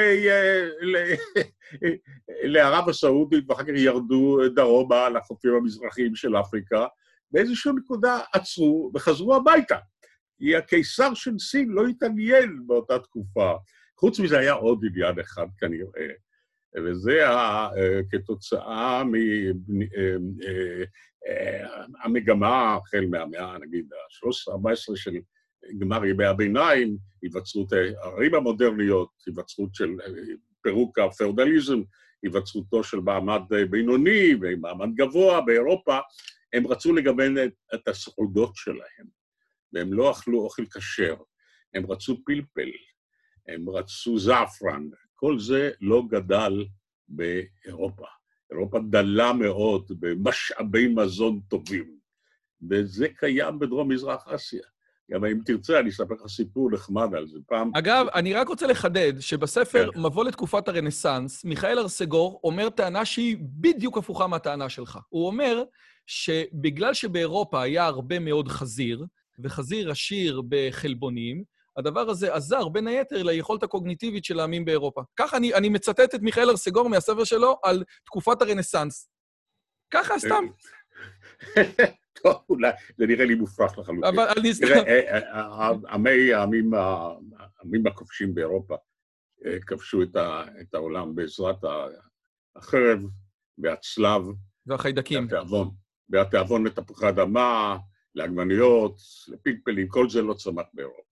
S2: לערב הסעודית, ואחר כך ירדו דרומה לחופים המזרחיים של אפריקה, באיזושהי נקודה עצרו וחזרו הביתה. כי הקיסר של סין לא התעניין באותה תקופה. חוץ מזה היה עוד עניין אחד כנראה, וזה כתוצאה מהמגמה החל מהמאה, נגיד, ה-13-14 של גמר ימי הביניים, היווצרות הערים המודרניות, היווצרות של פירוק הפאודליזם, היווצרותו של מעמד בינוני ומעמד גבוה באירופה, הם רצו לגוון את הסעודות שלהם. והם לא אכלו אוכל כשר, הם רצו פלפל, הם רצו זעפרן, כל זה לא גדל באירופה. אירופה דלה מאוד במשאבי מזון טובים, וזה קיים בדרום מזרח אסיה. גם אם תרצה, אני אספר לך סיפור נחמד על זה. פעם...
S1: אגב, אני רק רוצה לחדד שבספר מבוא לתקופת הרנסנס, מיכאל ארסגור אומר טענה שהיא בדיוק הפוכה מהטענה שלך. הוא אומר שבגלל שבאירופה היה הרבה מאוד חזיר, וחזיר עשיר בחלבונים, הדבר הזה עזר בין היתר ליכולת הקוגניטיבית של העמים באירופה. כך אני מצטט את מיכאל ארסגור מהספר שלו על תקופת הרנסנס. ככה, סתם.
S2: טוב, אולי, זה נראה לי מופרך לחלוטין.
S1: אבל אני סתם...
S2: העמים הכובשים באירופה כבשו את העולם בעזרת החרב והצלב.
S1: והחיידקים.
S2: והתיאבון לתפוחי אדמה, לעגבניות, לפלפלים, כל זה לא צמח באירופה.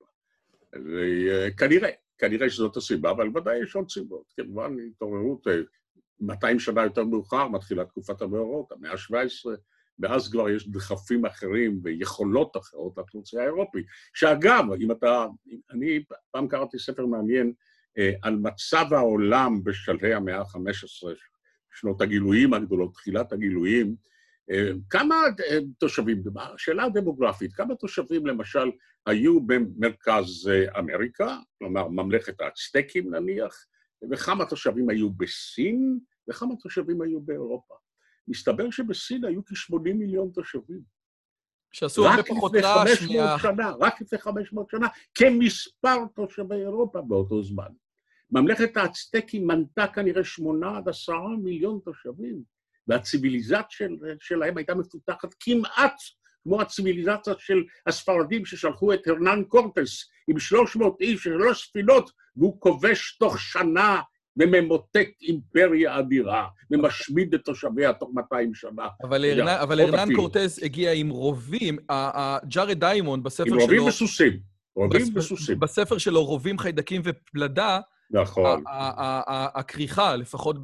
S2: כנראה שזאת הסיבה, אבל ודאי יש עוד סיבות. כמובן, התעוררות 200 שנה יותר מאוחר, מתחילה תקופת המאורות, המאה ה-17, ואז כבר יש דחפים אחרים ויכולות אחרות לאוכלוסייה האירופית. שאגב, אני פעם קראתי ספר מעניין על מצב העולם בשלהי המאה ה-15, שנות הגילויים הגדולות, תחילת הגילויים, כמה תושבים, שאלה דמוגרפית, כמה תושבים למשל היו במרכז אמריקה, כלומר ממלכת האצטקים נניח, וכמה תושבים היו בסין, וכמה תושבים היו באירופה. מסתבר שבסין היו כ-80 מיליון תושבים.
S1: שעשו הרבה פחות רעש
S2: רק לפני 500 שנה, כמספר תושבי אירופה באותו זמן. ממלכת האצטקים מנתה כנראה 8 עד 10 מיליון תושבים, והציביליזציה שלהם הייתה מפותחת כמעט כמו הציביליזציה של הספרדים ששלחו את הרנן קורטס עם 300 איש, 3 ספינות, והוא כובש תוך שנה וממוטט אימפריה אדירה, ומשמיד את תושביה תוך 200 שנה.
S1: אבל הרנן קורטס הגיע עם רובים, ג'ארד דיימונד בספר שלו...
S2: עם רובים וסוסים, רובים וסוסים.
S1: בספר שלו, רובים, חיידקים ופלדה,
S2: נכון.
S1: הכריכה, לפחות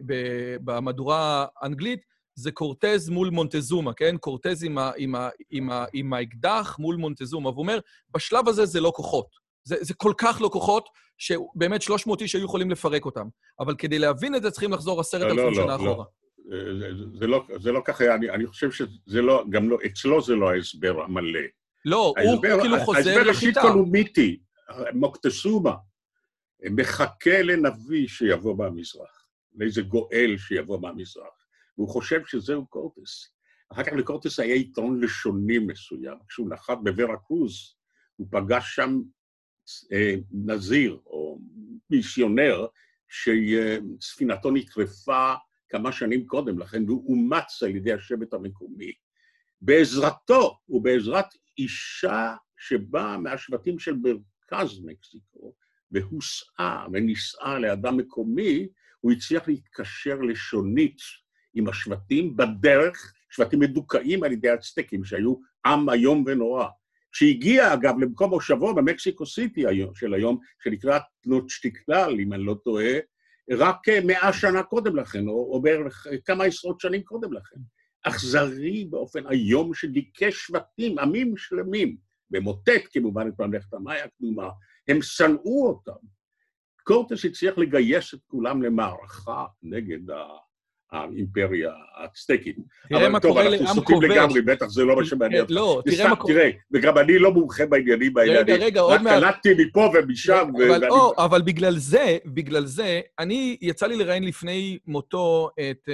S1: במהדורה האנגלית, זה קורטז מול מונטזומה, כן? קורטז עם האקדח מול מונטזומה. והוא אומר, בשלב הזה זה לא כוחות. זה כל כך לא כוחות, שבאמת 300 איש היו יכולים לפרק אותם. אבל כדי להבין את זה, צריכים לחזור 10,000 שנה אחורה.
S2: זה לא ככה, אני חושב שזה לא, גם לא, אצלו זה לא ההסבר המלא.
S1: לא, הוא כאילו חוזר לחיטה.
S2: ההסבר ראשית קולומיטי, מוקטסומה, מחכה לנביא שיבוא מהמזרח, לאיזה גואל שיבוא מהמזרח, והוא חושב שזהו קורטס. אחר כך לקורטס היה יתרון לשוני מסוים. כשהוא נחת בוורקרוז, הוא פגש שם נזיר או מיסיונר, שספינתו נטרפה כמה שנים קודם לכן, והוא אומץ על ידי השבט המקומי. בעזרתו ובעזרת אישה שבאה מהשבטים של מרכז מקסיקו, והוסעה ונישאה לאדם מקומי, הוא הצליח להתקשר לשונית עם השבטים בדרך, שבטים מדוכאים על ידי האצטקים, שהיו עם איום ונורא. שהגיע, אגב, למקום מושבו במקסיקו סיטי של היום, שנקרא תנוצ'טיקלל, אם אני לא טועה, רק 100 שנה קודם לכן, או בערך כמה עשרות שנים קודם לכן. אכזרי באופן היום שדיקש שבטים, עמים שלמים, במוטט כמובן את ממלכת המאיה הקדומה, הם שנאו אותם. קורטס הצליח לגייס את כולם למערכה נגד האימפריה האצטקית.
S1: תראה מה קורה לעם כובש.
S2: אנחנו סוטים לגמרי, בטח זה לא מה שמעניין אותך.
S1: לא, תראה מה קורה.
S2: תראה, וגם אני לא מומחה בעניינים האלה.
S1: רגע, עוד מעט.
S2: רק קלטתי מפה ומשם.
S1: אבל בגלל זה, אני יצא לי לראיין לפני מותו את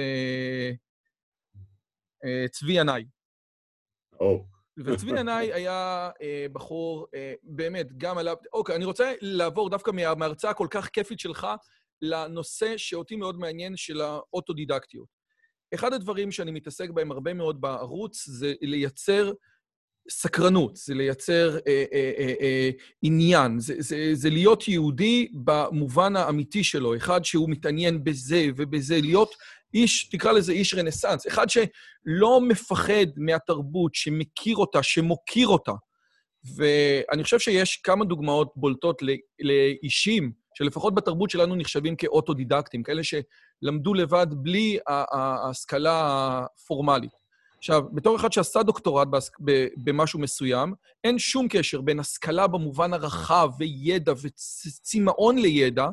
S1: צבי ינאי. וצבי ינאי היה בחור, באמת, גם עליו... אוקיי, אני רוצה לעבור דווקא מההרצאה הכל כך כיפית שלך, לנושא שאותי מאוד מעניין של האוטודידקטיות. אחד הדברים שאני מתעסק בהם הרבה מאוד בערוץ, זה לייצר סקרנות, זה לייצר עניין, זה להיות יהודי במובן האמיתי שלו, אחד שהוא מתעניין בזה ובזה, להיות איש, תקרא לזה איש רנסנס, אחד שלא מפחד מהתרבות, שמכיר אותה, שמוקיר אותה. ואני חושב שיש כמה דוגמאות בולטות לאישים, שלפחות בתרבות שלנו נחשבים כאוטודידקטים, כאלה שלמדו לבד בלי ההשכלה הפורמלית. עכשיו, בתור אחד שעשה דוקטורט במשהו מסוים, אין שום קשר בין השכלה במובן הרחב וידע וצמאון לידע,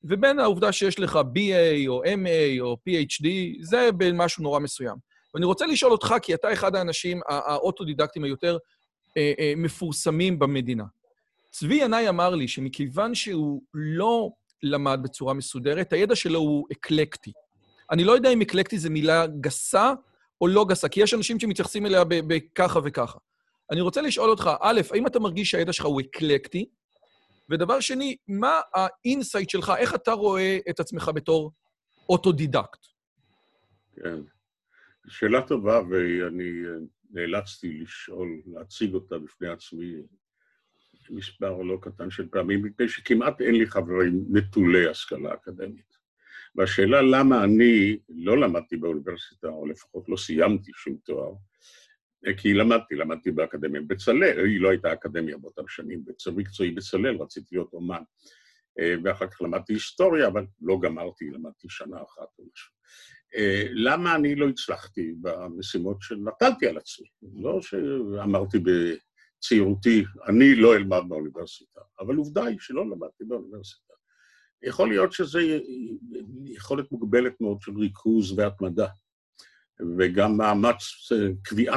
S1: ובין העובדה שיש לך BA או MA או PhD, זה במשהו נורא מסוים. ואני רוצה לשאול אותך, כי אתה אחד האנשים האוטודידקטים היותר מפורסמים במדינה. צבי ינאי אמר לי שמכיוון שהוא לא למד בצורה מסודרת, הידע שלו הוא אקלקטי. אני לא יודע אם אקלקטי זה מילה גסה או לא גסה, כי יש אנשים שמתייחסים אליה בככה וככה. אני רוצה לשאול אותך, א', האם אתה מרגיש שהידע שלך הוא אקלקטי? ודבר שני, מה האינסייט שלך, איך אתה רואה את עצמך בתור אוטודידקט?
S2: כן, שאלה טובה, ואני נאלצתי לשאול, להציג אותה בפני עצמי מספר לא קטן של פעמים, מפני שכמעט אין לי חברים נטולי השכלה אקדמית. והשאלה למה אני לא למדתי באוניברסיטה, או לפחות לא סיימתי שום תואר, כי למדתי באקדמיה בצלאל, היא לא הייתה אקדמיה באותם שנים, מקצועי בצלאל, רציתי להיות אומן. ואחר כך למדתי היסטוריה, אבל לא גמרתי, למדתי שנה אחת או משהו. למה אני לא הצלחתי במשימות שנטלתי על עצמי? לא שאמרתי בצעירותי, אני לא אלמד באוניברסיטה, אבל עובדה היא שלא למדתי באוניברסיטה. יכול להיות שזה יכולת מוגבלת מאוד של ריכוז והתמדה. וגם מאמץ קביעת,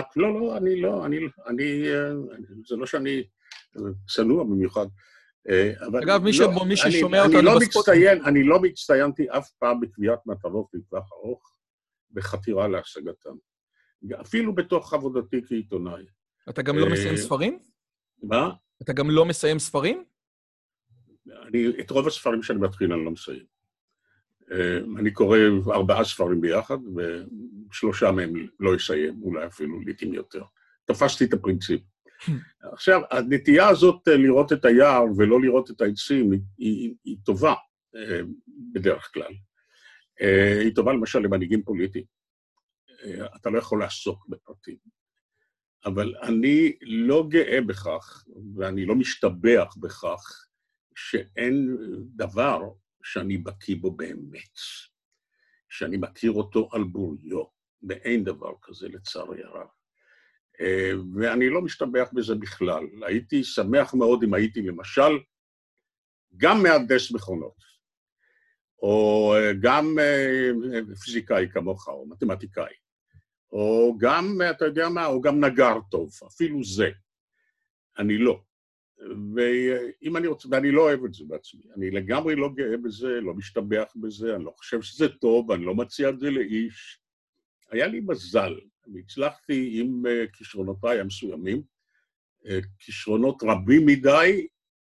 S2: זה לא שאני צנוע במיוחד.
S1: אגב, מי ששומע אותנו בספוט...
S2: אני לא מצטיינתי אף פעם בקביעת מטרות לטווח ארוך, בחתירה להשגתם. אפילו בתוך עבודתי כעיתונאי.
S1: אתה גם לא מסיים ספרים?
S2: מה?
S1: אתה גם לא מסיים ספרים?
S2: את רוב הספרים שאני מתחיל אני לא מסיים. אני קורא 4 ספרים ביחד, ו3 מהם לא אסיים, אולי אפילו לעתים יותר. תפסתי את הפרינציפ. עכשיו, הנטייה הזאת לראות את היער ולא לראות את העצים היא טובה בדרך כלל. היא טובה למשל למנהיגים פוליטיים. אתה לא יכול לעסוק בפרטים. אבל אני לא גאה בכך, ואני לא משתבח בכך, שאין דבר שאני בקיא בו באמת, שאני מכיר אותו על בוריו, ואין דבר כזה לצערי הרב. ואני לא משתבח בזה בכלל. הייתי שמח מאוד אם הייתי למשל גם מהנדס מכונות, או גם פיזיקאי כמוך, או מתמטיקאי, או גם, אתה יודע מה, או גם נגר טוב, אפילו זה. אני לא. ואם אני רוצה, ואני לא אוהב את זה בעצמי, אני לגמרי לא גאה בזה, לא משתבח בזה, אני לא חושב שזה טוב, אני לא מציע את זה לאיש. היה לי מזל, והצלחתי עם כישרונותיי המסוימים, כישרונות רבים מדי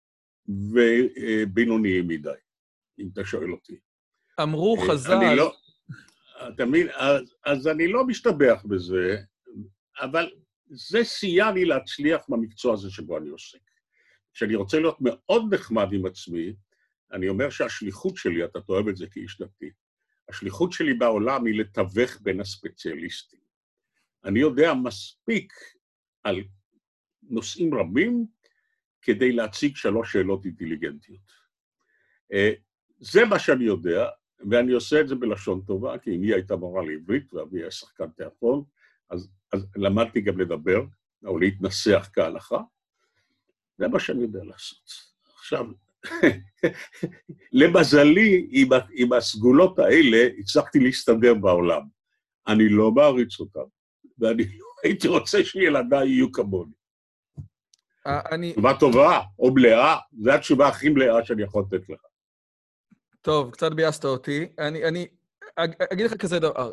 S2: ובינוניים מדי, אם אתה שואל אותי.
S1: אמרו חז"ל...
S2: אתה מבין, אז אני לא משתבח בזה, אבל זה סייע לי להצליח במקצוע הזה שבו אני עוסק. כשאני רוצה להיות מאוד נחמד עם עצמי, אני אומר שהשליחות שלי, אתה תאהב את זה כאיש דתי, השליחות שלי בעולם היא לתווך בין הספציאליסטים. אני יודע מספיק על נושאים רבים כדי להציג 3 שאלות אינטליגנטיות. זה מה שאני יודע, ואני עושה את זה בלשון טובה, כי אם היא הייתה מורה לעברית, ואבי היה שחקן תיאטרון, אז למדתי גם לדבר, או להתנסח כהלכה, זה מה שאני יודע לעשות. עכשיו, למזלי, עם הסגולות האלה, הצלחתי להסתדר בעולם. אני לא מעריץ אותם, ואני לא הייתי רוצה שילדיי יהיו כמוני. תשובה טובה או מלאה, זו התשובה הכי מלאה שאני יכול לתת לך.
S1: טוב, קצת ביאסת אותי. אני אגיד לך כזה דבר.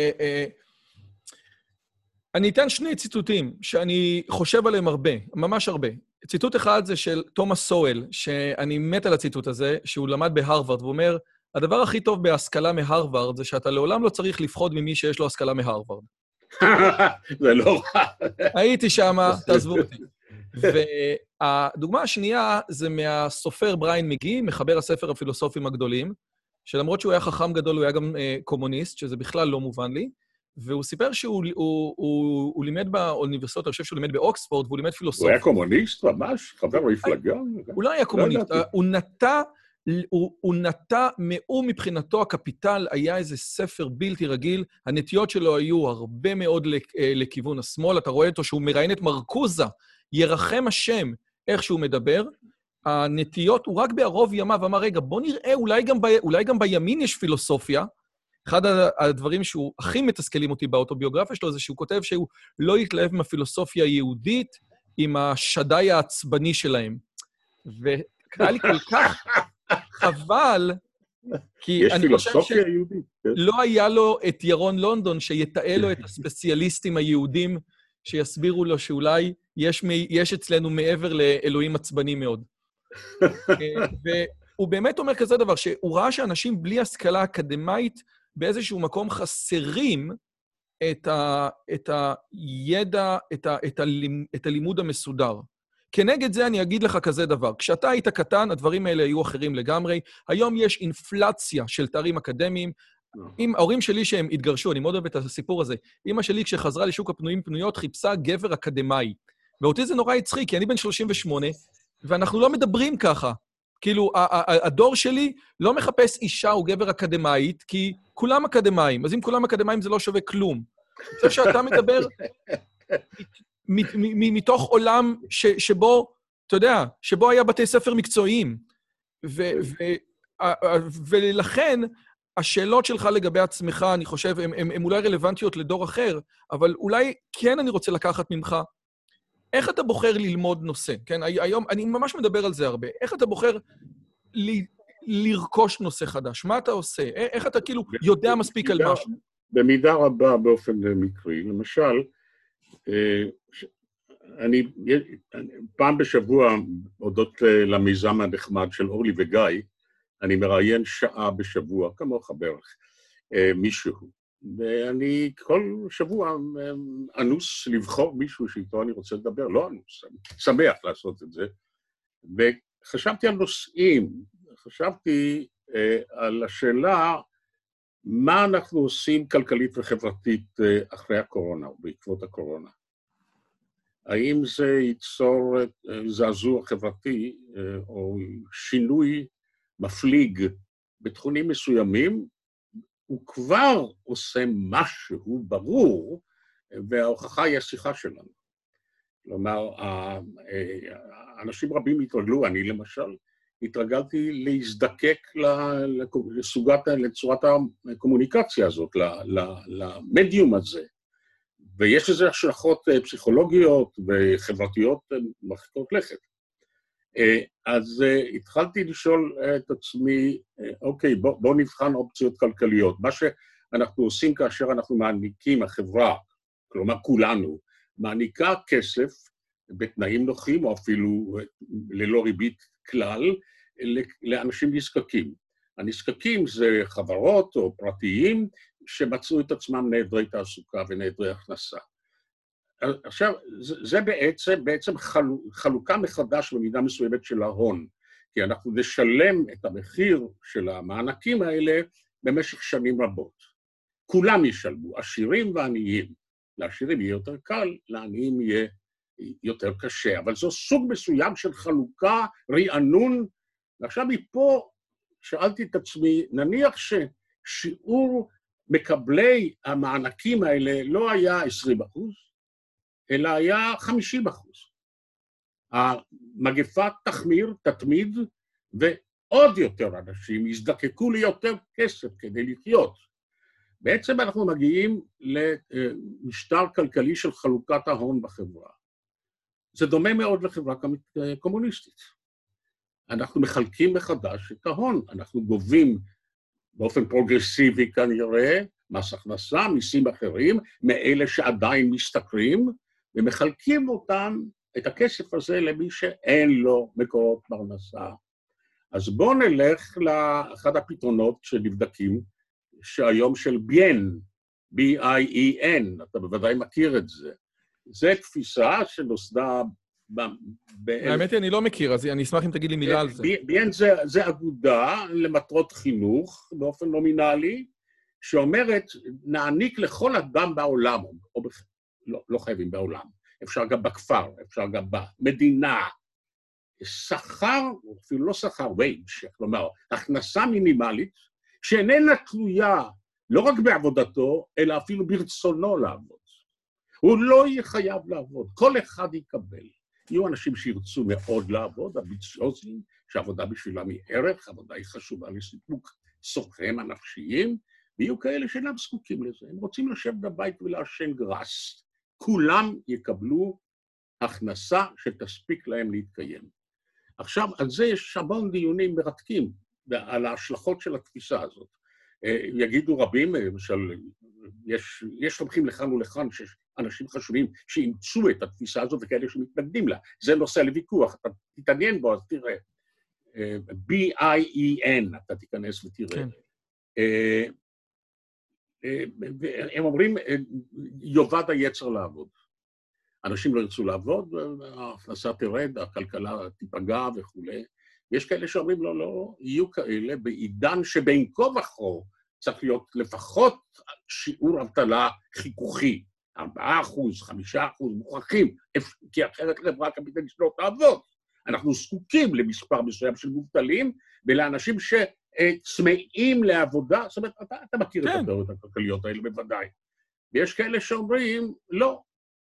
S1: אני אתן 2 ציטוטים שאני חושב עליהם הרבה, ממש הרבה. ציטוט אחד זה של תומאס סואל, שאני מת על הציטוט הזה, שהוא למד בהרווארד, והוא אומר, הדבר הכי טוב בהשכלה מהרווארד זה שאתה לעולם לא צריך לפחוד ממי שיש לו השכלה מהרווארד.
S2: זה לא רע.
S1: הייתי שם, תעזבו אותי. והדוגמה השנייה זה מהסופר בריין מגי, מחבר הספר הפילוסופים הגדולים, שלמרות שהוא היה חכם גדול, הוא היה גם קומוניסט, שזה בכלל לא מובן לי, והוא סיפר שהוא לימד באוניברסיטאות, אני חושב שהוא לימד באוקספורד, והוא לימד פילוסופיה.
S2: הוא היה קומוניסט ממש? חבר מפלגה?
S1: הוא לא היה קומוניסט, הוא נטע, הוא מבחינתו הקפיטל היה איזה ספר בלתי רגיל, הנטיות שלו היו הרבה מאוד לכיוון השמאל, אתה רואה אותו שהוא מראיין את מרקוזה, ירחם השם איך שהוא מדבר, הנטיות הוא רק בערוב ימיו, ואמר, רגע, בוא נראה, אולי גם בימין יש פילוסופיה. אחד הדברים שהוא הכי מתסכלים אותי באוטוביוגרפיה שלו, זה שהוא כותב שהוא לא יתלהב מהפילוסופיה היהודית עם השדי העצבני שלהם. והיה לי כל כך חבל, כי אני חושב שלא היה לו את ירון לונדון, שיתאה לו את הספציאליסטים היהודים, שיסבירו לו שאולי יש אצלנו מעבר לאלוהים עצבני מאוד. והוא באמת אומר כזה דבר, שהוא ראה שאנשים בלי השכלה אקדמית, באיזשהו מקום חסרים את הידע, את הלימוד המסודר. כנגד זה אני אגיד לך כזה דבר, כשאתה היית קטן, הדברים האלה היו אחרים לגמרי, היום יש אינפלציה של תארים אקדמיים, עם ההורים שלי שהם התגרשו, אני מאוד אוהב את הסיפור הזה, אמא שלי כשחזרה לשוק הפנויים פנויות, חיפשה גבר אקדמאי, ואותי זה נורא הצחיק, כי אני בן 38, ואנחנו לא מדברים ככה. כאילו, הדור שלי לא מחפש אישה או גבר אקדמאית, כי כולם אקדמאים, אז אם כולם אקדמאים זה לא שווה כלום. אני חושב שאתה מדבר מתוך עולם שבו, אתה יודע, שבו היה בתי ספר מקצועיים. ולכן, השאלות שלך לגבי עצמך, אני חושב, הן אולי רלוונטיות לדור אחר, אבל אולי כן אני רוצה לקחת ממך, איך אתה בוחר ללמוד נושא? כן, היום, אני ממש מדבר על זה הרבה. איך אתה בוחר לרכוש נושא חדש? מה אתה עושה? איך אתה כאילו יודע מספיק על משהו?
S2: במידה רבה באופן מקרי. למשל, אני פעם בשבוע, הודות למיזם הנחמד של אורלי וגיא, אני מראיין שעה בשבוע, כמוך בערך, מישהו. ואני כל שבוע אנוס לבחור מישהו שאיתו אני רוצה לדבר, לא אנוס, אני שמח לעשות את זה. וחשבתי על נושאים, חשבתי על השאלה, מה אנחנו עושים כלכלית וחברתית אחרי הקורונה, או בעקבות הקורונה. האם זה ייצור זעזוע חברתי, או שינוי מפליג בתחומים מסוימים, הוא כבר עושה משהו ברור, וההוכחה היא השיחה שלנו. כלומר, אנשים רבים התרגלו, אני למשל, התרגלתי להזדקק לצורת הקומוניקציה הזאת, למדיום הזה. ויש לזה השלכות פסיכולוגיות וחברתיות מרחיקות לכת. אז התחלתי לשאול את עצמי, אוקיי, בוא נבחן אופציות כלכליות. מה שאנחנו עושים כאשר אנחנו מעניקים, החברה, כלומר כולנו, מעניקה כסף בתנאים נוחים, או אפילו ללא ריבית כלל, לאנשים נזקקים. הנזקקים זה חברות או פרטיים שמצאו את עצמם נעדרי תעסוקה ונעדרי הכנסה. עכשיו, זה בעצם חלוקה מחדש במידה מסוימת של ההון, כי אנחנו נשלם את המחיר של המענקים האלה במשך שנים רבות. כולם ישלמו, עשירים ועניים. לעשירים יהיה יותר קל, לעניים יהיה יותר קשה, אבל זו סוג מסוים של חלוקה, רענון, ועכשיו מפה שאלתי את עצמי, נניח ששיעור מקבלי המענקים האלה לא היה 20%, אלא היה 50%. המגפה תתמיד, ועוד יותר אנשים יזדקקו ליותר כסף כדי לחיות. בעצם אנחנו מגיעים למשטר כלכלי של חלוקת ההון בחברה. זה דומה מאוד לחברה קומוניסטית. אנחנו מחלקים מחדש את ההון, אנחנו גובים באופן פרוגרסיבי כנראה, מס הכנסה, מיסים אחרים, מאלה שעדיין משתכרים, ומחלקים אותם, את הכסף הזה, למי שאין לו מקורות פרנסה. אז בואו נלך לאחד הפתרונות שנבדקים, שהיום של ביין, B-I-E-N, אתה בוודאי מכיר את זה. זה תפיסה שנוסדה
S1: האמת היא, אני לא מכיר, אז אני אשמח אם תגיד לי מילה על זה.
S2: ביין זה אגודה למטרות חינוך, באופן נומינלי, שאומרת, נעניק לכל אדם בעולם, או לא חייבים בעולם, אפשר גם בכפר, אפשר גם במדינה, שכר, אפילו לא שכר, wage, כלומר, הכנסה מינימלית, שאיננה תלויה לא רק בעבודתו, אלא אפילו ברצונו לעבוד. הוא לא יהיה חייב לעבוד, כל אחד יקבל. יהיו אנשים שירצו מאוד לעבוד, אביציוזים, שהעבודה בשבילם היא ערך, העבודה היא חשובה לסיפוק צורכיהם הנפשיים, ויהיו כאלה שאינם זקוקים לזה. הם רוצים לשבת בבית ולעשן גרס. כולם יקבלו הכנסה שתספיק להם להתקיים. עכשיו, על זה יש המון דיונים מרתקים, על ההשלכות של התפיסה הזאת. יגידו רבים, למשל, יש תומכים לכאן ולכאן, שאנשים חשובים שאימצו את התפיסה הזאת וכאלה שמתנגדים לה. זה נושא לוויכוח, אתה תתעניין בו, אז תראה. B-I-E-N, אתה תיכנס ותראה. כן. הם אומרים, יובד היצר לעבוד. אנשים לא ירצו לעבוד, ההכנסה תרד, הכלכלה תיפגע וכו'. יש כאלה שאומרים, לא, יהיו כאלה בעידן שבין כה וכה צריך להיות לפחות שיעור אבטלה חיכוכי, 4%, 5% מוכרחים, כי אחרת חברה קפיטליסטית לא תעבוד. אנחנו זקוקים למספר מסוים של מובטלים, ולאנשים שצמאים לעבודה, זאת אומרת, אתה מכיר את התיאוריות הכלכליות האלה בוודאי. ויש כאלה שאומרים, לא,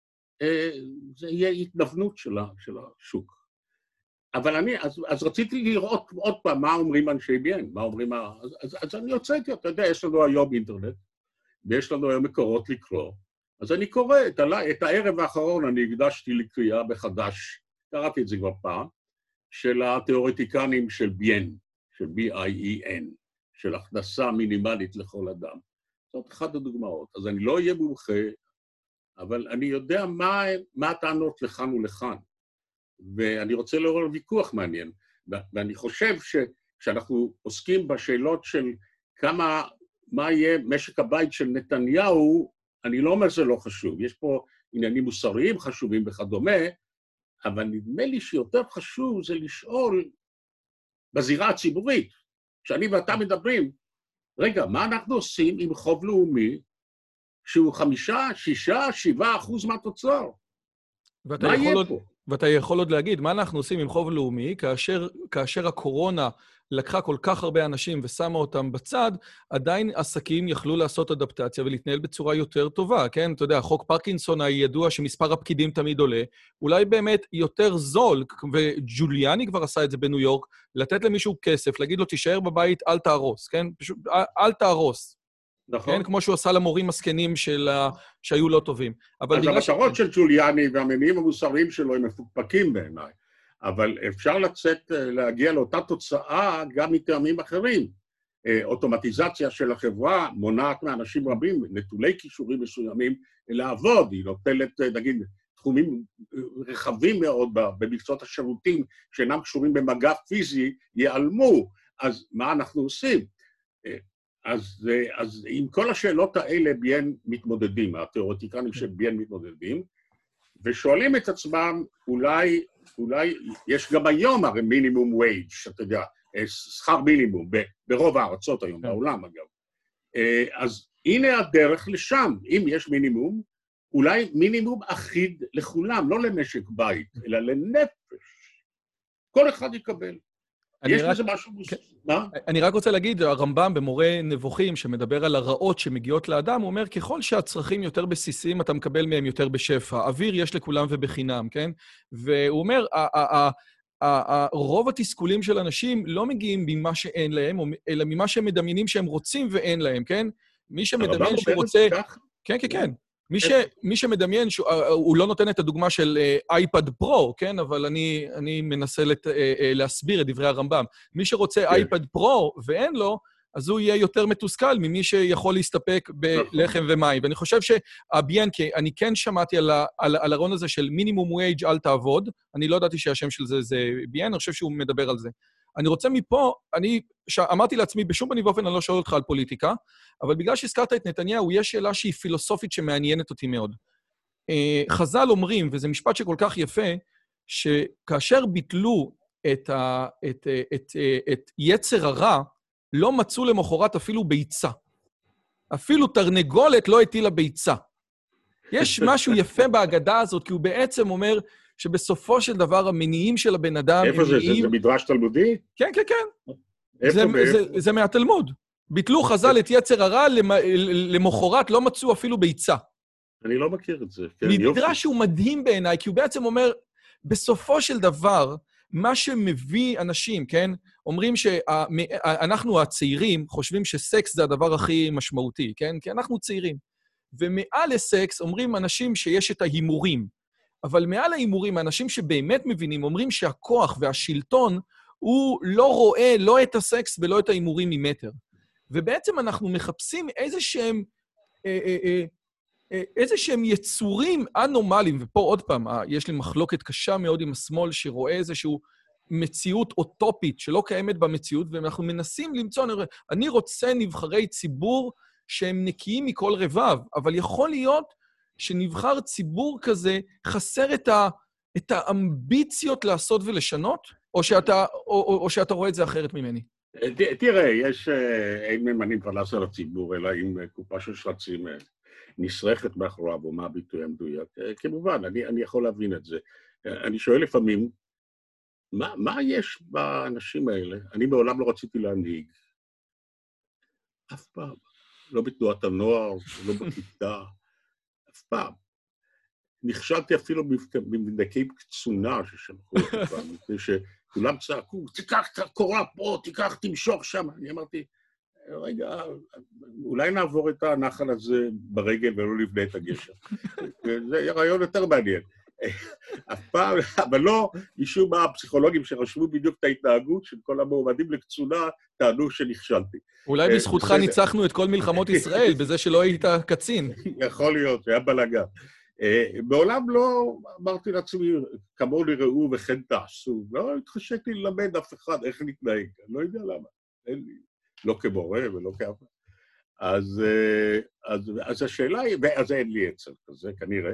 S2: זה יהיה התנוונות של השוק. אבל אז רציתי לראות עוד פעם מה אומרים אנשי ביין, מה אומרים, אז אני הוצאתי, אתה יודע, יש לנו היום אינטרנט, ויש לנו היום מקורות לקרוא, אז אני קורא, את הערב האחרון אני הקדשתי לקריאה בחדש, קראתי את זה כבר פעם, של התיאורטיקנים של ביין, של B-I-E-N, של הכנסה מינימלית לכל אדם. זאת אחת הדוגמאות. אז אני לא אהיה מומחה, אבל אני יודע מה הטענות לכאן ולכאן. ואני רוצה לעורר ויכוח מעניין. ואני חושב שכשאנחנו עוסקים בשאלות של מה יהיה משק הבית של נתניהו, אני לא אומר שזה לא חשוב. יש פה עניינים מוסריים חשובים וכדומה, אבל נדמה לי שיותר חשוב זה לשאול בזירה הציבורית, שאני ואתה מדברים, רגע, מה אנחנו עושים עם חוב לאומי שהוא 5, 6, 7% מהתוצר? מה יהיה פה?
S1: ואתה יכול עוד להגיד, מה אנחנו עושים עם חוב לאומי, כאשר הקורונה לקחה כל כך הרבה אנשים ושמה אותם בצד, עדיין עסקים יכלו לעשות אדפטציה ולהתנהל בצורה יותר טובה, כן? אתה יודע, חוק פרקינסון הידוע שמספר הפקידים תמיד עולה, אולי באמת יותר זול, וג'וליאני כבר עשה את זה בניו יורק, לתת למישהו כסף, להגיד לו, תישאר בבית, אל תהרוס, כן? פשוט, אל תהרוס. נכון. כן? כמו שהוא עשה למורים מסכנים שהיו לא טובים.
S2: אז המטרות של ג'וליאני והמניעים המוסריים שלו הם מפוקפקים בעיניי. אבל אפשר להגיע לאותה תוצאה גם מטעמים אחרים. אוטומטיזציה של החברה מונעת מאנשים רבים, נטולי כישורים מסוימים, לעבוד. היא נוטלת, נגיד, תחומים רחבים מאוד במקצועות השירותים שאינם קשורים במגע פיזי, ייעלמו. אז מה אנחנו עושים? אז עם כל השאלות האלה ביין מתמודדים, התיאורטיקנים של ביין מתמודדים, ושואלים את עצמם, אולי יש גם היום הרי מינימום וייג', אתה יודע, שכר מינימום, ברוב הארצות היום, בעולם אגב. אז הנה הדרך לשם, אם יש מינימום, אולי מינימום אחיד לכולם, לא למשק בית, אלא לנפש. כל אחד יקבל. יש לזה משהו מוסר.
S1: אני רק רוצה להגיד, הרמב"ם במורה נבוכים שמדבר על הרעות שמגיעות לאדם, הוא אומר, ככל שהצרכים יותר בסיסיים, אתה מקבל מהם יותר בשפע. אוויר יש לכולם ובחינם, כן? והוא אומר, רוב התסכולים של אנשים לא מגיעים ממה שאין להם, אלא ממה שהם מדמיינים שהם רוצים ואין להם, כן? מי שמדמיין שהוא רוצה... כן, כן, כן. מי שמדמיין, הוא לא נותן את הדוגמה של אייפד פרו, כן? אבל אני מנסה להסביר את דברי הרמב"ם. מי שרוצה אייפד פרו ואין לו, אז הוא יהיה יותר מתוסכל ממי שיכול להסתפק בלחם ומים. ואני חושב שהביין, כי אני כן שמעתי על הרעיון הזה של מינימום וייג' אל תעבוד, אני לא ידעתי שהשם של זה ביין, אני חושב שהוא מדבר על זה. אני רוצה מפה, אמרתי לעצמי, בשום פנים ואופן אני לא שואל אותך על פוליטיקה, אבל בגלל שהזכרת את נתניהו, יש שאלה שהיא פילוסופית שמעניינת אותי מאוד. חז"ל אומרים, וזה משפט שכל כך יפה, שכאשר ביטלו את יצר הרע, לא מצאו למחרת אפילו ביצה. אפילו תרנגולת לא הטילה ביצה. יש משהו יפה בהגדה הזאת, כי הוא בעצם אומר שבסופו של דבר המניעים של הבן אדם...
S2: איפה זה? זה מדרש תלמודי?
S1: כן, כן, כן. זה מהתלמוד. ביטלו חז"ל את יצר הרע, למחרת לא מצאו אפילו ביצה.
S2: אני לא מכיר את זה.
S1: מדרש הוא מדהים בעיניי, כי הוא בעצם אומר, בסופו של דבר, מה שמביא אנשים, כן? אומרים שאנחנו הצעירים חושבים שסקס זה הדבר הכי משמעותי, כן? כי אנחנו צעירים. ומעל לסקס אומרים אנשים שיש את ההימורים. אבל מעל ההימורים, האנשים שבאמת מבינים, אומרים שהכוח והשלטון, הוא לא רואה לא את הסקס ולא את ההימורים ממטר. ובעצם אנחנו מחפשים איזשהם יצורים אנומליים, ופה עוד פעם, יש לי מחלוקת קשה מאוד עם השמאל, שרואה איזשהו מציאות אוטופית שלא קיימת במציאות, ואנחנו מנסים למצוא, אני רוצה נבחרי ציבור שהם נקיים מכל רבב, אבל יכול להיות שנבחר ציבור כזה חסר את האמביציות לעשות ולשנות, או שאתה רואה את זה אחרת ממני?
S2: תראה, אין ממנים פרנסה לציבור, אלא עם קופה של שרצים נשרכת מאחוריו, או מה הביטוי המדויק. כמובן, אני יכול להבין את זה. אני שואל לפעמים, מה יש באנשים האלה? אני מעולם לא רציתי להנהיג. אף פעם. לא בתנועת הנוער, לא בכיתה, אף פעם. נכשלתי אפילו במבדקי קצונה ששלחו אותי פעם, מפני שכולם צעקו, תיקח את הקורה פה, תמשוך שם. אני אמרתי, רגע, אולי נעבור את הנחל הזה ברגל ולא לבנה את הגשר. זה רעיון יותר מעניין. אף פעם, אבל לא, משום מה הפסיכולוגים שרשמו בדיוק את ההתנהגות של כל המועמדים לקצונה, טענו שנכשלתי.
S1: אולי בזכותך ניצחנו את כל מלחמות ישראל, בזה שלא היית קצין.
S2: יכול להיות, היה בלגן. בעולם לא אמרתי לעצמי, כמוני ראו וכן תעשו. לא התחשק לי ללמד אף אחד איך להתנהג. אני לא יודע למה. אין לי. לא כמורה ולא כאפה. אז השאלה היא, אז אין לי עצר כזה, כנראה,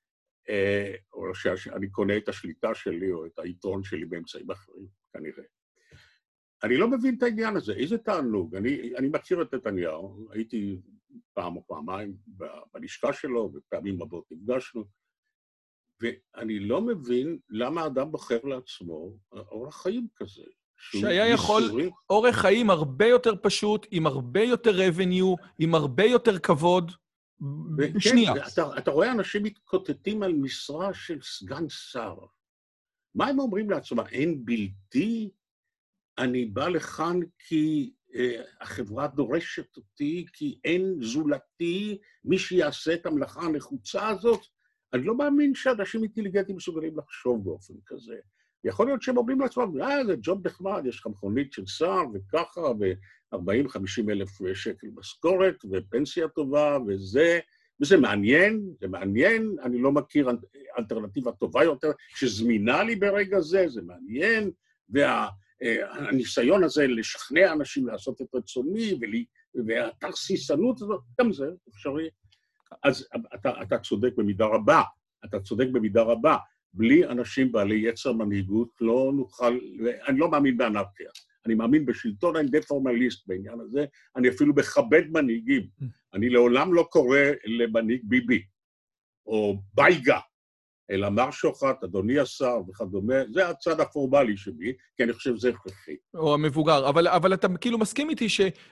S2: או שאני קונה את השליטה שלי או את היתרון שלי באמצעים אחרים, כנראה. אני לא מבין את העניין הזה, איזה תענוג. אני מכיר את נתניהו, הייתי פעם או פעמיים בלשכה שלו, ופעמים רבות נפגשנו, ואני לא מבין למה האדם בוחר לעצמו אורח חיים כזה.
S1: שהיה יכול אורך חיים הרבה יותר פשוט, עם הרבה יותר revenue, עם הרבה יותר כבוד, בשנייה.
S2: אתה רואה אנשים מתקוטטים על משרה של סגן שר. מה הם אומרים לעצמם? אין בלתי? אני בא לכאן כי החברה דורשת אותי, כי אין זולתי, מי שיעשה את המלאכה הנחוצה הזאת. אני לא מאמין שאנשים אינטליגנטים מסוגלים לחשוב באופן כזה. יכול להיות שהם אומרים לעצמם, זה ג'וב נחמד, יש לך מכונית של שר וככה, ו-40-50 אלף שקל משכורת, ופנסיה טובה, וזה מעניין, זה מעניין, אני לא מכיר אלטרנטיבה טובה יותר, שזמינה לי ברגע זה, זה מעניין, והניסיון הזה לשכנע אנשים לעשות את רצוני, והתרסיסנות הזאת, גם זה אפשרי. אז אתה צודק במידה רבה, בלי אנשים בעלי יצר מנהיגות לא נוכל, אני לא מאמין באנרכיה, אני מאמין בשלטון האינדה-פורמליסט בעניין הזה, אני אפילו מכבד מנהיגים, אני לעולם לא קורא למנהיג ביבי, או בייגה, אלא מר שוחט, אדוני השר וכדומה, זה הצד הפורמלי שלי, כי אני חושב שזה הכרחי.
S1: או המבוגר, אבל אתה כאילו מסכים איתי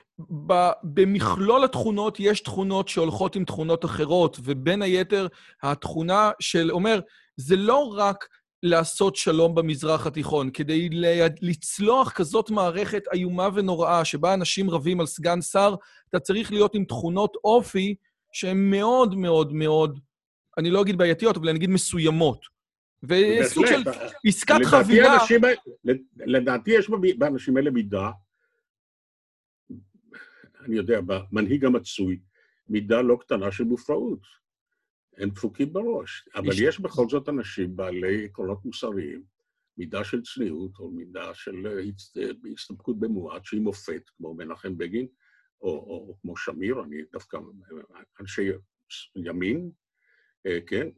S1: שבמכלול התכונות יש תכונות שהולכות עם תכונות אחרות, ובין היתר התכונה של, אומר, זה לא רק לעשות שלום במזרח התיכון, כדי לצלוח כזאת מערכת איומה ונוראה, שבה אנשים רבים על סגן שר, אתה צריך להיות עם תכונות אופי שהן מאוד מאוד מאוד, אני לא אגיד בעייתיות, אבל אני אגיד מסוימות. וסוג של עסקת חבילה.
S2: לדעתי יש באנשים האלה מידה, אני יודע, במנהיג המצוי, מידה לא קטנה של מופרעות. הם דפוקים בראש, אבל יש בכל זאת אנשים בעלי עקרונות מוסריים, מידה של צניעות, או מידה של הסתפקות במועט, שהיא מופת, כמו מנחם בגין, או כמו שמיר, אני דווקא אנשי ימין, כן,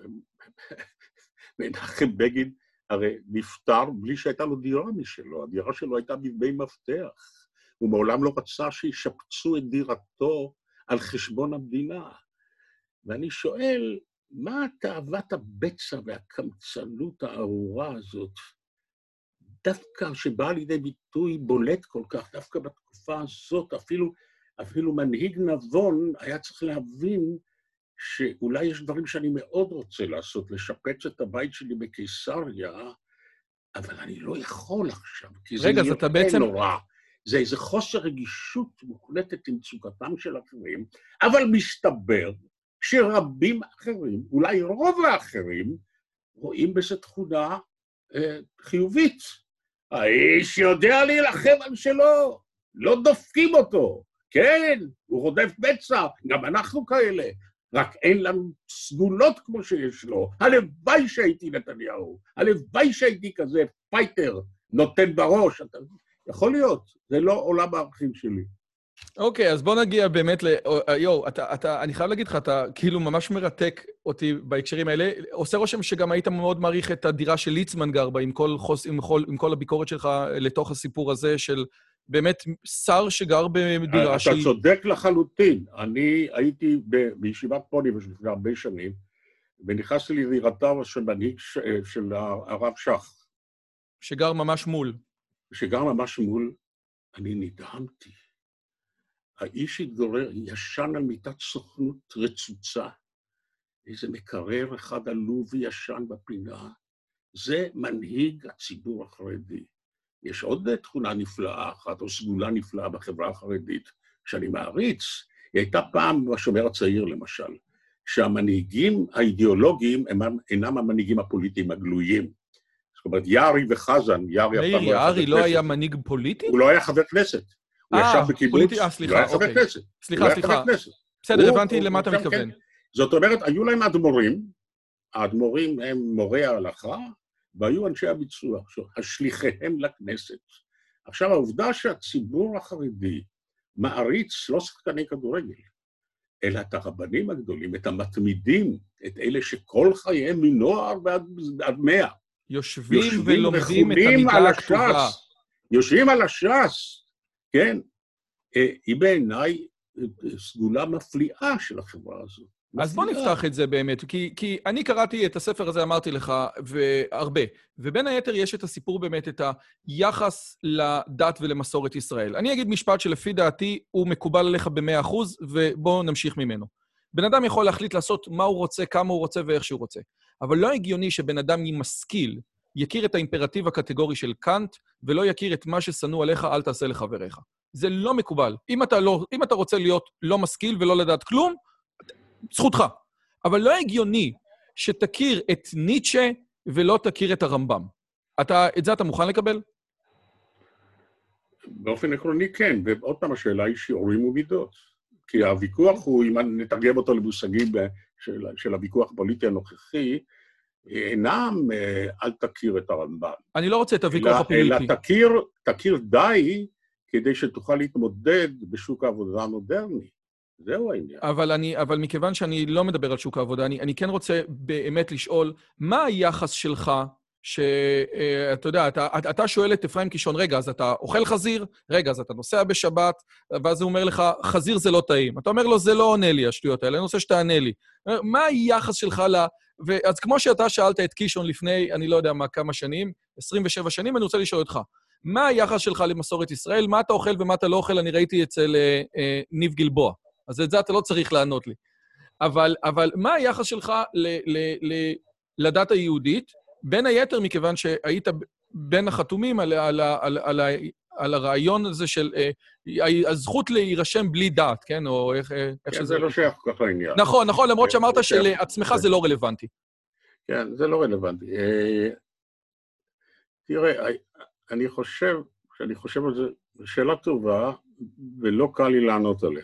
S2: מנחם בגין הרי נפטר בלי שהייתה לו דירה משלו, הדירה שלו הייתה בדמי מפתח, הוא מעולם לא רצה שישפצו את דירתו על חשבון המדינה. ואני שואל, מה תאוות הבצע והקמצנות הארורה הזאת, דווקא שבאה לידי ביטוי בולט כל כך, דווקא בתקופה הזאת, אפילו מנהיג נבון היה צריך להבין שאולי יש דברים שאני מאוד רוצה לעשות, לשפץ את הבית שלי בקיסריה, אבל אני לא יכול עכשיו, כי זה נראה נורא. זה איזה חוסר רגישות מוחלטת עם מצוקתם של אחרים, אבל מסתבר שרבים אחרים, אולי רוב האחרים, רואים בזה תכונה חיובית. האיש יודע להילחם על שלו, לא דופקים אותו. כן, הוא רודף בצע, גם אנחנו כאלה. רק אין לנו סגולות כמו שיש לו. הלוואי שהייתי נתניהו, הלוואי שהייתי כזה פייטר, נותן בראש. יכול להיות, זה לא עולם הערכים שלי.
S1: אוקיי, אז בוא נגיע באמת אני חייב להגיד לך, אתה כאילו ממש מרתק אותי בהקשרים האלה. עושה רושם שגם היית מאוד מעריך את הדירה של ליצמן גר בה, עם כל הביקורת שלך לתוך הסיפור הזה של באמת שר שגר בדירה שהיא...
S2: אתה צודק לחלוטין. אני הייתי בישיבת פוני לפני הרבה שנים, ונכנסתי לדירתו של מנהיג של הרב שך.
S1: שגר ממש מול.
S2: שגר ממש מול, אני נדהמתי. האיש התגורר, ישן על מיטת סוכנות רצוצה, איזה מקרר אחד עלוב וישן בפינה. זה מנהיג הציבור החרדי. יש עוד תכונה נפלאה אחת, או סגולה נפלאה בחברה החרדית, שאני מעריץ. היא הייתה פעם בשומר הצעיר, למשל, שהמנהיגים האידיאולוגיים אינם המנהיגים הפוליטיים הגלויים. זאת אומרת, יערי וחזן,
S1: יערי לא היה מנהיג פוליטי?
S2: הוא לא היה חבר כנסת. הוא ישב בקיבוץ, הוא לא היה חבר כנסת.
S1: סליחה. בסדר, הבנתי למה אתה מתכוון.
S2: זאת אומרת, היו להם אדמו"רים, האדמו"רים הם מורי ההלכה, והיו אנשי הביצוע, השליחיהם לכנסת. עכשיו, העובדה שהציבור החרדי מעריץ לא שחקני כדורגל, אלא את הרבנים הגדולים, את המתמידים, את אלה שכל חייהם מנוער עד 100.
S1: יושבים ולומדים את המידה הכתובה.
S2: יושבים על הש"ס, כן? היא בעיניי סגולה מפליאה של החברה הזאת.
S1: אז בוא נפתח את זה באמת, כי אני קראתי את הספר הזה, אמרתי לך, והרבה, ובין היתר יש את הסיפור באמת, את היחס לדת ולמסורת ישראל. אני אגיד משפט שלפי דעתי הוא מקובל עליך ב100%, ובואו נמשיך ממנו. בן אדם יכול להחליט לעשות מה הוא רוצה, כמה הוא רוצה ואיך שהוא רוצה. אבל לא הגיוני שבן אדם משכיל, יכיר את האימפרטיב הקטגורי של קאנט, ולא יכיר את מה ששנוא עליך, אל תעשה לחבריך. זה לא מקובל. אם אתה רוצה להיות לא משכיל ולא לדעת כלום, זכותך. אבל לא הגיוני שתכיר את ניטשה ולא תכיר את הרמב"ם. את זה אתה מוכן לקבל?
S2: באופן עקרוני כן, ועוד פעם השאלה היא שיעורים ומידות. כי הוויכוח הוא, אם נתרגם אותו למושגים של הוויכוח הפוליטי הנוכחי, אינם אל תכיר את הרמב"ם.
S1: אני לא רוצה את הוויכוח הפוליטי.
S2: אלא תכיר די כדי שתוכל להתמודד בשוק העבודה המודרני. זהו העניין.
S1: אבל מכיוון שאני לא מדבר על שוק העבודה, אני כן רוצה באמת לשאול, מה היחס שלך, שאתה יודע, אתה שואל את אפרים קישון, רגע, אז אתה אוכל חזיר, רגע, אז אתה נוסע בשבת, ואז הוא אומר לך, חזיר זה לא טעים. אתה אומר לו, זה לא עונה לי, השטויות האלה, אני רוצה שתענה לי. מה היחס שלך אז כמו שאתה שאלת את קישון לפני, אני לא יודע מה, כמה שנים, 27 שנים, אני רוצה לשאול אותך, מה היחס שלך למסורת ישראל? מה אתה אוכל ומה אתה לא אוכל? אני ראיתי אצל ניב גלבוע. אז את זה אתה לא צריך לענות לי. אבל מה היחס שלך לדת היהודית? בין היתר, מכיוון שהיית בין החתומים על הרעיון הזה של הזכות להירשם בלי דת, כן? או איך שזה...
S2: זה לא שייך ככה העניין.
S1: נכון, למרות שאמרת שלעצמך זה לא רלוונטי.
S2: כן, זה לא רלוונטי. תראה, אני חושב על זה, שאלה טובה, ולא קל לי לענות עליה.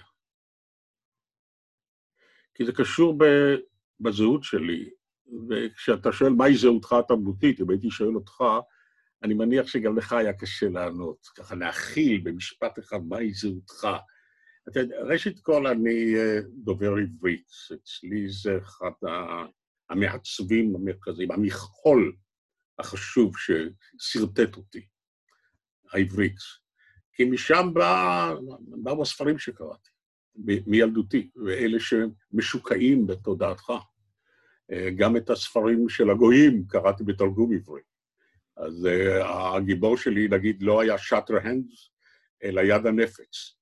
S2: כי זה קשור בזהות שלי, וכשאתה שואל מהי זהותך התרבותית, אם הייתי שואל אותך, אני מניח שגם לך היה קשה לענות, ככה להכיל במשפט אחד מהי זהותך. ראשית כל אני דובר עברית, אצלי זה אחד המעצבים המרכזיים, המכחול החשוב שסרטט אותי, העברית. כי משם באו הספרים שקראתי. מילדותי, ואלה שמשוקעים בתודעתך. גם את הספרים של הגויים קראתי בתרגום עברי. אז הגיבור שלי, נגיד, לא היה שטרהנד, אלא יד הנפץ.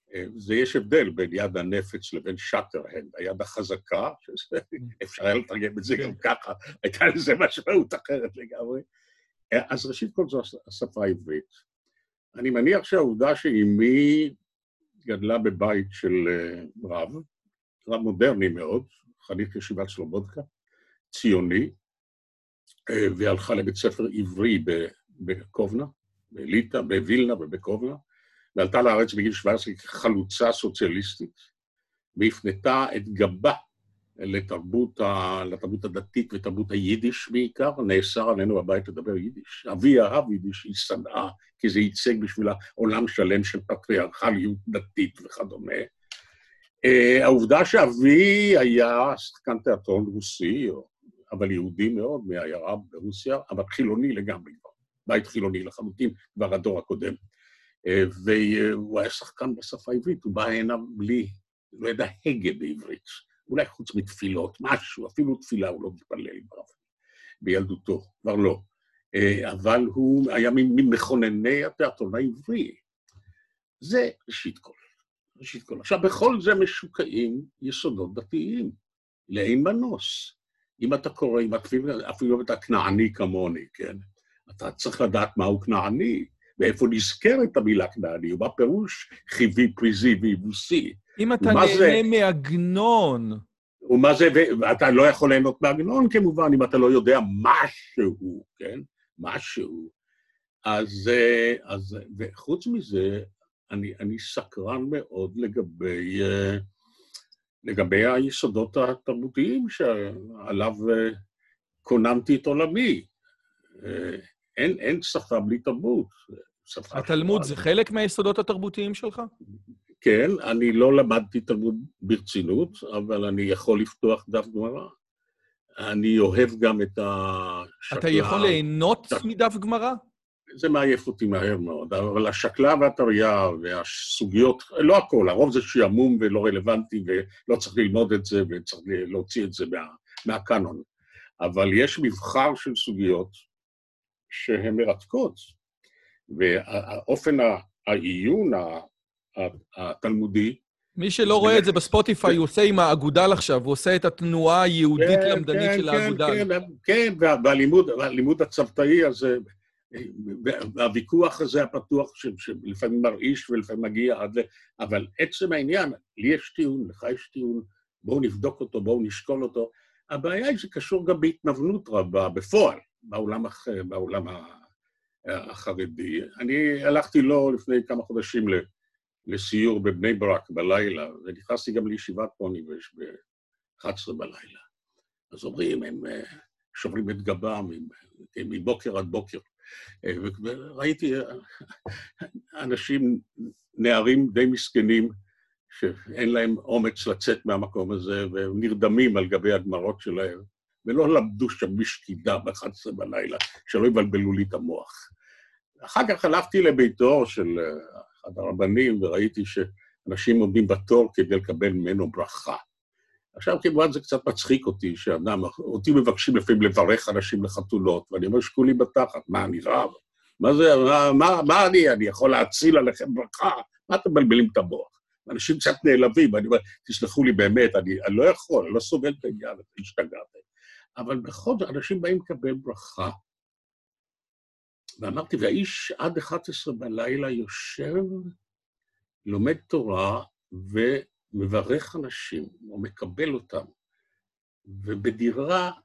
S2: זה יש הבדל בין יד הנפץ לבין שאטר-הנד, היד החזקה, אפשר היה לתרגם את זה גם ככה, הייתה לזה משמעות אחרת לגמרי. אז ראשית כל זו השפה העברית. אני מניח שהעובדה שאמי גדלה בבית של רב מודרני מאוד, חניך ישיבת סלובודקה, ציוני, והלכה לבית ספר עברי בקובנה, בליטא, בווילנה ובקובנה, ועלתה לארץ בגיל 17 כחלוצה סוציאליסטית, והפנתה את גבה לתרבות הדתית ותרבות היידיש בעיקר, נאסר עלינו הבית לדבר יידיש. אבי אהב יידיש, היא שנאה, כי זה ייצג בשבילה עולם שלם של פטריארכליות דתית וכדומה. העובדה שאבי היה שחקן תיאטרון רוסי, אבל יהודי מאוד מהעיירה ברוסיה, אבל חילוני לגמרי, בית חילוני לחלוטין, כבר הדור הקודם. והוא היה שחקן בשפה העברית, הוא בא הנה בלי, לא ידע הגה בעברית, אולי חוץ מתפילות, משהו, אפילו תפילה הוא לא מתפלל בילדותו, כבר לא. אבל הוא היה ממכונני התיאטרון העברי. זה ראשית כל. ראשית כל. עכשיו, בכל זה משוקעים יסודות דתיים, לאין מנוס. אם אתה קורא, אפילו אתה כנעני כמוני, כן? אתה צריך לדעת מהו כנעני, ואיפה נזכר את המילה כנעני, ומה פירוש חיבי, פריזי ויבוסי.
S1: אם אתה נהנה מעגנון.
S2: ומה זה, ואתה לא יכול ליהנות מעגנון כמובן, אם אתה לא יודע משהו, כן? משהו. אז וחוץ מזה, אני סקרן מאוד לגבי היסודות התרבותיים שעליו כוננתי את עולמי. אין שפה בלי תרבות.
S1: התלמוד זה חלק מהיסודות התרבותיים שלך?
S2: כן, אני לא למדתי תלמוד ברצינות, אבל אני יכול לפתוח דף גמרא. אני אוהב גם את השקלה...
S1: אתה יכול ליהנות מדף גמרא?
S2: זה מעייף אותי מהר מאוד, אבל השקלה והתריה והסוגיות, לא הכל, הרוב זה שעמום ולא רלוונטי, ולא צריך ללמוד את זה, וצריך להוציא את זה מהקנון. אבל יש מבחר של סוגיות שהן מרתקות, והאופן העיון התלמודי... מי
S1: שלא רואה את זה בספוטיפיי, הוא עושה עם האגודל עכשיו, הוא עושה את התנועה היהודית למדנית של האגודל.
S2: כן, והלימוד הצוותאי הזה, והוויכוח הזה הפתוח, שלפעמים מרעיש ולפעמים מגיע עד אבל עצם העניין, לי יש טיעון, לך יש טיעון, בואו נבדוק אותו, בואו נשקול אותו. הבעיה היא שקשור גם בהתנוונות רבה, בפועל, בעולם החרדי. אני הלכתי לו לפני כמה חודשים לסיור בבני ברק בלילה, ונכנסתי גם לישיבת פוניבז' ב-11 בלילה. אז אומרים, הם שוברים את גבם מבוקר עד בוקר. וראיתי אנשים, נערים די מסכנים, שאין להם אומץ לצאת מהמקום הזה, והם נרדמים על גבי הגמרות שלהם, ולא למדו שם בשקידה ב-11 בלילה, שלא יבלבלו לי את המוח. אחר כך הלכתי לביתו של אחד הרבנים, וראיתי שאנשים עומדים בתור כדי לקבל ממנו ברכה. עכשיו כמובן זה קצת מצחיק אותי, אותי מבקשים לפעמים לברך אנשים לחתונות, ואני אומר שקולי בתחת, מה אני רב? מה זה, מה אני יכול להציל עליכם ברכה? מה אתם מבלבלים את המוח? אנשים קצת נעלבים, אני אומר, תסלחו לי באמת, אני לא יכול, אני לא סובל את העניין, אתם השתגעתם. אבל בכל זאת, אנשים באים לקבל ברכה. ואמרתי, והאיש עד 11 בלילה יושב, לומד תורה, ומברך אנשים, או מקבל אותם, ובדירה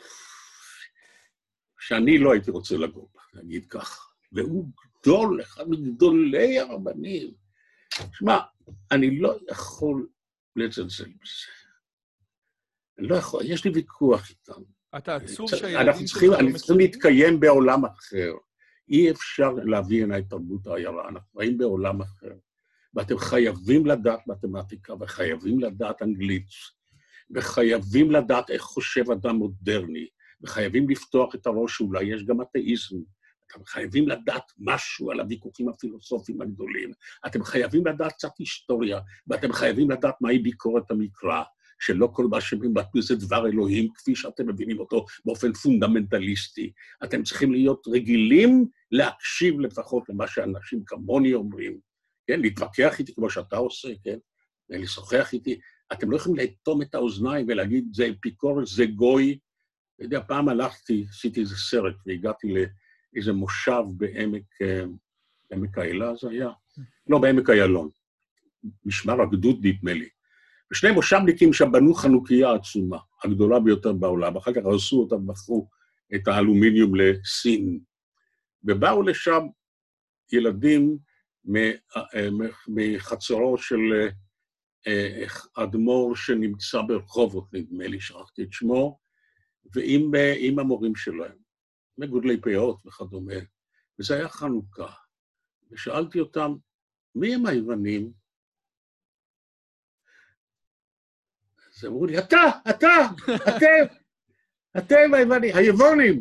S2: שאני לא הייתי רוצה לגור, נגיד כך, והוא גדול, אחד מגדולי הרבנים. שמע, אני לא יכול לצלצל בזה. אני לא יכול, יש לי ויכוח איתם.
S1: אתה עצוב שהילדים שלך לא
S2: אנחנו צריכים להתקיים בעולם אחר. אי אפשר להביא הנה את תרבות העיירה, אנחנו חיים בעולם אחר. ואתם חייבים לדעת מתמטיקה, וחייבים לדעת אנגלית, וחייבים לדעת איך חושב אדם מודרני, וחייבים לפתוח את הראש, שאולי יש גם אתאיזם. אתם חייבים לדעת משהו על הוויכוחים הפילוסופיים הגדולים. אתם חייבים לדעת קצת היסטוריה, ואתם חייבים לדעת מהי ביקורת המקרא, שלא כל מה שמדפיס זה דבר אלוהים, כפי שאתם מבינים אותו באופן פונדמנטליסטי. אתם צריכים להיות רגילים להקשיב לפחות למה שאנשים כמוני אומרים, כן, להתווכח איתי כמו שאתה עושה, כן, ולשוחח איתי. אתם לא יכולים לאטום את האוזניים ולהגיד, זה אפיקורס, זה גוי. אתה יודע, פעם הלכתי, עשיתי איזה סרט, והגעתי לאיזה מושב בעמק האלה, זה היה? לא, בעמק איילון. משמר הגדוד, נדמה לי. ושני מושבניקים שם בנו חנוכיה עצומה, הגדולה ביותר בעולם, אחר כך הרסו אותה ומכרו את האלומיניום לסין. ובאו לשם ילדים מחצרו של אדמו"ר שנמצא ברחובות, נדמה לי, שכחתי את שמו, ועם המורים שלהם, מגודלי פאות וכדומה. וזה היה חנוכה. ושאלתי אותם, מי הם היוונים? אז אמרו לי, אתם היוונים.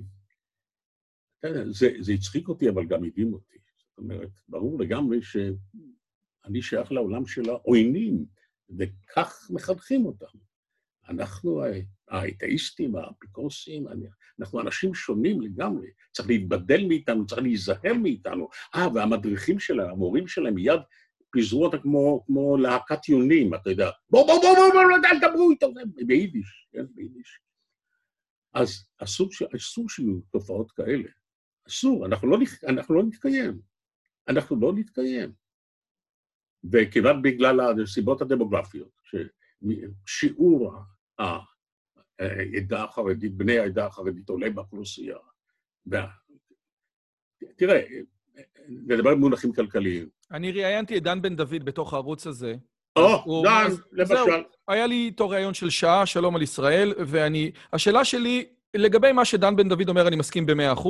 S2: זה הצחיק אותי, אבל גם הדהים אותי. זאת אומרת, ברור לגמרי שאני שייך לעולם של העוינים, וכך מחנכים אותם. אנחנו האתאיסטים, האפיקורסים, אנחנו אנשים שונים לגמרי. צריך להתבדל מאיתנו, צריך להיזהר מאיתנו. והמדריכים שלהם, המורים שלהם, מיד פיזרו אותה כמו להקת יונים, אתה יודע. בוא, אל תדברו איתו, ביידיש, כן, ביידיש. אז אסור שיהיו תופעות כאלה. אסור, אנחנו לא נתקיים. אנחנו לא נתקיים. וכיוון בגלל הסיבות הדמוגרפיות, ששיעור העדה החרדית, בני העדה החרדית עולה באוכלוסייה. תראה, נדבר במונחים כלכליים.
S1: אני ראיינתי את דן בן דוד בתוך הערוץ הזה.
S2: דן, למשל.
S1: היה לי איתו ראיון של שעה, שלום על ישראל, השאלה שלי, לגבי מה שדן בן דוד אומר, אני מסכים ב100%.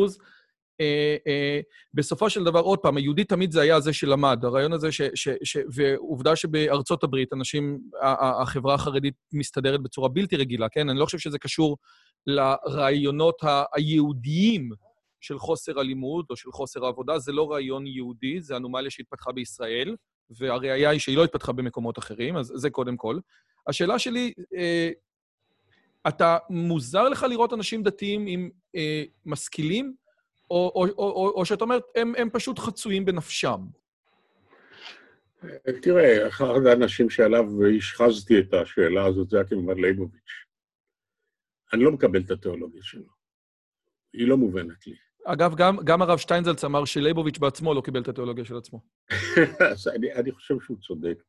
S1: בסופו של דבר, עוד פעם, היהודי תמיד זה היה זה שלמד, הרעיון הזה ועובדה שבארצות הברית, החברה החרדית מסתדרת בצורה בלתי רגילה, כן? אני לא חושב שזה קשור לרעיונות היהודיים של חוסר הלימוד או של חוסר העבודה, זה לא רעיון יהודי, זה אנומליה שהתפתחה בישראל, והראיה היא שהיא לא התפתחה במקומות אחרים, אז זה קודם כל. השאלה שלי, אתה מוזר לך לראות אנשים דתיים עם משכילים, או שאת אומרת, הם פשוט חצויים בנפשם?
S2: תראה, אחד האנשים שעליו השחזתי את השאלה הזאת, זה היה כמובן ליבוביץ'. אני לא מקבל את התיאולוגיה שלו. היא לא מובנת לי.
S1: אגב, גם הרב שטיינזלץ אמר שליבוביץ' בעצמו לא קיבל את התיאולוגיה של עצמו.
S2: אני חושב שהוא צודק.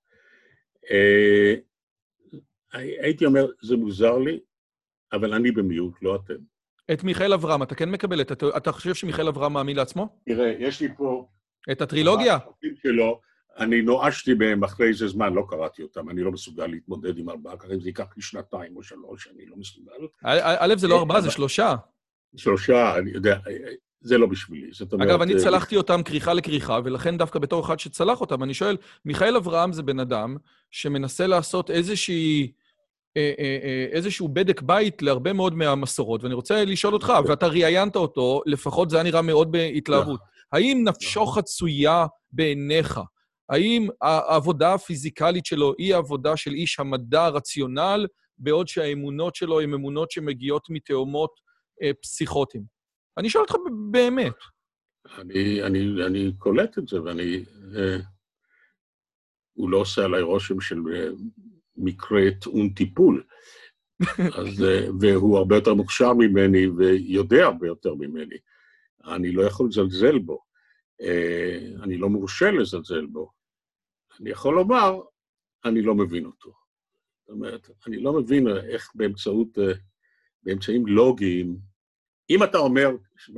S2: הייתי אומר, זה מוזר לי, אבל אני במיעוט, לא אתם.
S1: את מיכאל אברהם, אתה כן מקבל? אתה חושב שמיכאל אברהם מאמין לעצמו?
S2: תראה, יש לי פה...
S1: את הטרילוגיה?
S2: שלו, אני נואשתי בהם אחרי איזה זמן, לא קראתי אותם, אני לא מסוגל להתמודד עם 4, ככה אם זה ייקח לי 2 או 3, אני לא מסוגל.
S1: א', זה לא 4, זה 3.
S2: 3, אני יודע, זה לא בשבילי.
S1: אגב, אני צלחתי אותם כריכה לכריכה, ולכן דווקא בתור אחד שצלח אותם, אני שואל, מיכאל אברהם זה בן אדם שמנסה לעשות איזשהו בדק בית להרבה מאוד מהמסורות, ואני רוצה לשאול אותך, ואתה ראיינת אותו, לפחות זה היה נראה מאוד בהתלהבות. האם נפשו חצויה בעיניך? האם העבודה הפיזיקלית שלו היא העבודה של איש המדע הרציונל, בעוד שהאמונות שלו הן אמונות שמגיעות מתאומות פסיכוטיים? אני שואל אותך באמת.
S2: אני קולט את זה, הוא לא עושה עליי רושם של מקרה טעון טיפול, והוא הרבה יותר מוכשר ממני ויודע הרבה יותר ממני. אני לא יכול לזלזל בו. אני לא מורשה לזלזל בו. אני יכול לומר, אני לא מבין אותו. זאת אומרת, אני לא מבין איך באמצעים לוגיים, אם אתה אומר,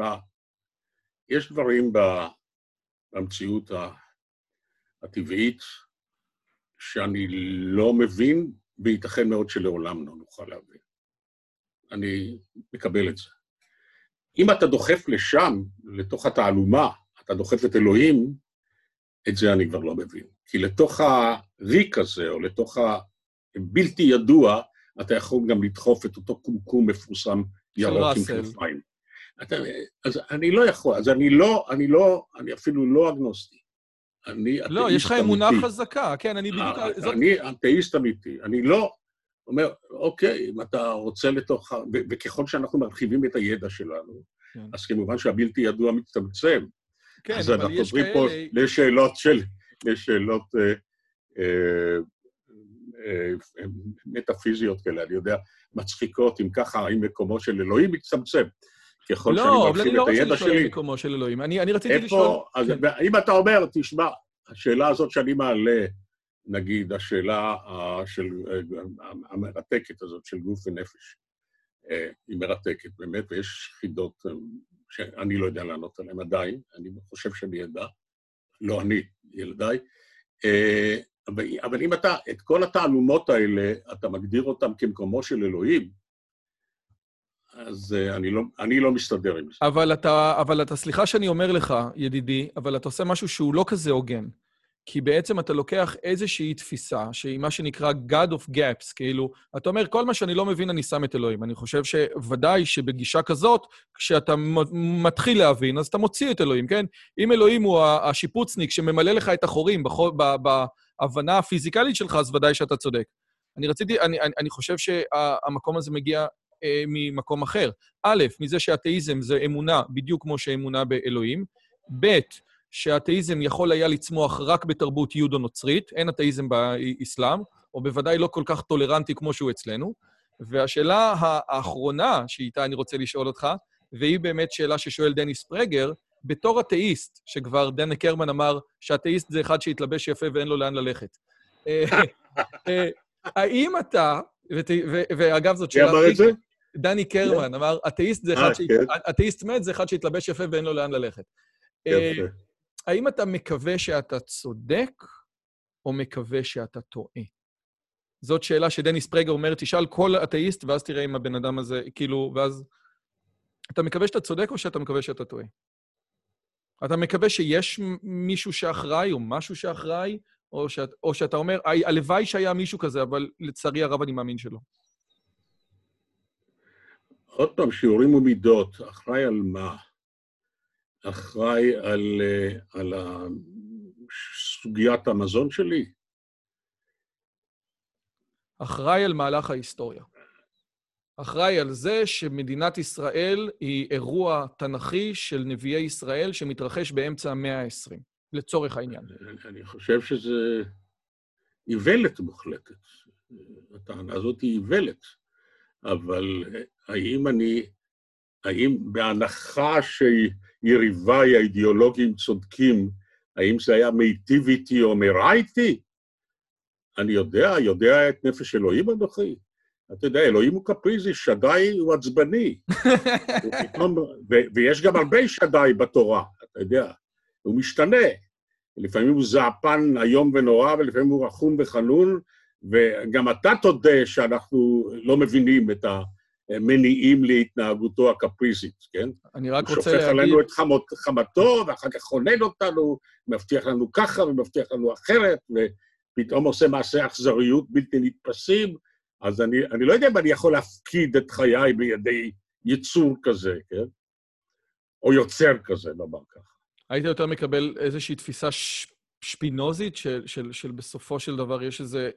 S2: יש דברים במציאות הטבעית שאני לא מבין, וייתכן מאוד שלעולם לא נוכל להבין. אני מקבל את זה. אם אתה דוחף לשם, לתוך התעלומה, אתה דוחף את אלוהים, את זה אני כבר לא מבין. כי לתוך הריק הזה, או לתוך הבלתי ידוע, אתה יכול גם לדחוף את אותו קומקום מפורסם ירוק עם כנפיים. אז אני לא יכול, אז אני אפילו לא אגנוסטי.
S1: לא, יש לך אמונה חזקה, כן, אני בדיוק...
S2: אני אתאיסט אמיתי, אני לא אומר, אוקיי, אם אתה רוצה לתוך... וככל שאנחנו מרחיבים את הידע שלנו, אז כמובן שהבלתי ידוע מצטמצם. אז אנחנו עוברים פה לשאלות של מפני שאלות מטאפיזיות כאלה, אני יודע, מצחיקות, אם ככה, האם מקומו של אלוהים מצטמצם, ככל שאני מרחיב את הידע שלי.
S1: לא, אבל אני לא רוצה לשאול על מקומו של אלוהים. אני רציתי לשאול...
S2: אם אתה אומר, תשמע, השאלה הזאת שאני מעלה, נגיד, השאלה המרתקת הזאת של גוף ונפש, היא מרתקת באמת, ויש חידות שאני לא יודע לענות עליהן עדיין, אני חושב שאני ידע, לא אני, ילדיי, אבל אם אתה, את כל התעלומות האלה, אתה מגדיר אותם כמקומו של אלוהים, אז אני לא מסתדר עם זה.
S1: אבל אתה, סליחה שאני אומר לך, ידידי, אבל אתה עושה משהו שהוא לא כזה הוגן. כי בעצם אתה לוקח איזושהי תפיסה, שהיא מה שנקרא God of Gaps, כאילו, אתה אומר, כל מה שאני לא מבין, אני שם את אלוהים. אני חושב שוודאי שבגישה כזאת, כשאתה מתחיל להבין, אז אתה מוציא את אלוהים, כן? אם אלוהים הוא השיפוצניק שממלא לך את החורים בהבנה הפיזיקלית שלך, אז ודאי שאתה צודק. אני חושב שהמקום הזה מגיע ממקום אחר. א', מזה שהאתאיזם זה אמונה בדיוק כמו שאמונה באלוהים. ב', שהאתאיזם יכול היה לצמוח רק בתרבות יהודו-נוצרית, אין אתאיזם באסלאם, או בוודאי לא כל כך טולרנטי כמו שהוא אצלנו. והשאלה האחרונה שאיתה אני רוצה לשאול אותך, והיא באמת שאלה ששואל דניס פרגר, בתור אתאיסט, שכבר דני קרמן אמר שהאתאיסט זה אחד שהתלבש יפה ואין לו לאן ללכת. האם אתה, ואגב זאת שאלה...
S2: מי אמר את זה?
S1: דני קרמן אמר, אתאיסט מת זה אחד שהתלבש יפה ואין לו לאן ללכת.
S2: יפה.
S1: האם אתה מקווה שאתה צודק, או מקווה שאתה טועה? זאת שאלה שדניס פרגר אומר, תשאל כל אתאיסט, ואז תראה אם הבן אדם הזה, כאילו, ואז... אתה מקווה שאתה צודק, או שאתה מקווה שאתה טועה? אתה מקווה שיש מישהו שאחראי, או משהו שאחראי, או שאתה אומר, הלוואי שהיה מישהו כזה, אבל לצערי הרב אני מאמין שלא.
S2: עוד פעם, שיעורים ומידות, אחראי על מה? אחראי על סוגיית המזון שלי?
S1: אחראי על מהלך ההיסטוריה. אחראי על זה שמדינת ישראל היא אירוע תנכי של נביאי ישראל שמתרחש באמצע המאה ה-20, לצורך העניין.
S2: אני חושב שזה איוולת מוחלטת. הטענה הזאת היא איוולת. אבל האם בהנחה שיריביי האידיאולוגיים צודקים, האם זה היה מיטיב איתי או מרע איתי? אני יודע את נפש אלוהים אנוכי. אתה יודע, אלוהים הוא קפריזי, שדי הוא עצבני. ויש גם הרבה שדי בתורה, אתה יודע. הוא משתנה. לפעמים הוא זעפן איום ונורא, ולפעמים הוא רחום וחנון, וגם אתה תודה שאנחנו לא מבינים את המניעים להתנהגותו הקפריזית, כן?
S1: אני רק רוצה להגיד...
S2: הוא שופך עלינו את חמתו, ואחר כך חונן אותנו, מבטיח לנו ככה ומבטיח לנו אחרת, ופתאום עושה מעשה אכזריות בלתי נתפסים, אז אני לא יודע אם אני יכול להפקיד את חיי בידי יצור כזה, כן? או יוצר כזה, נאמר ככה.
S1: היית יותר מקבל איזושהי תפיסה שפינוזית, של בסופו של דבר יש איזה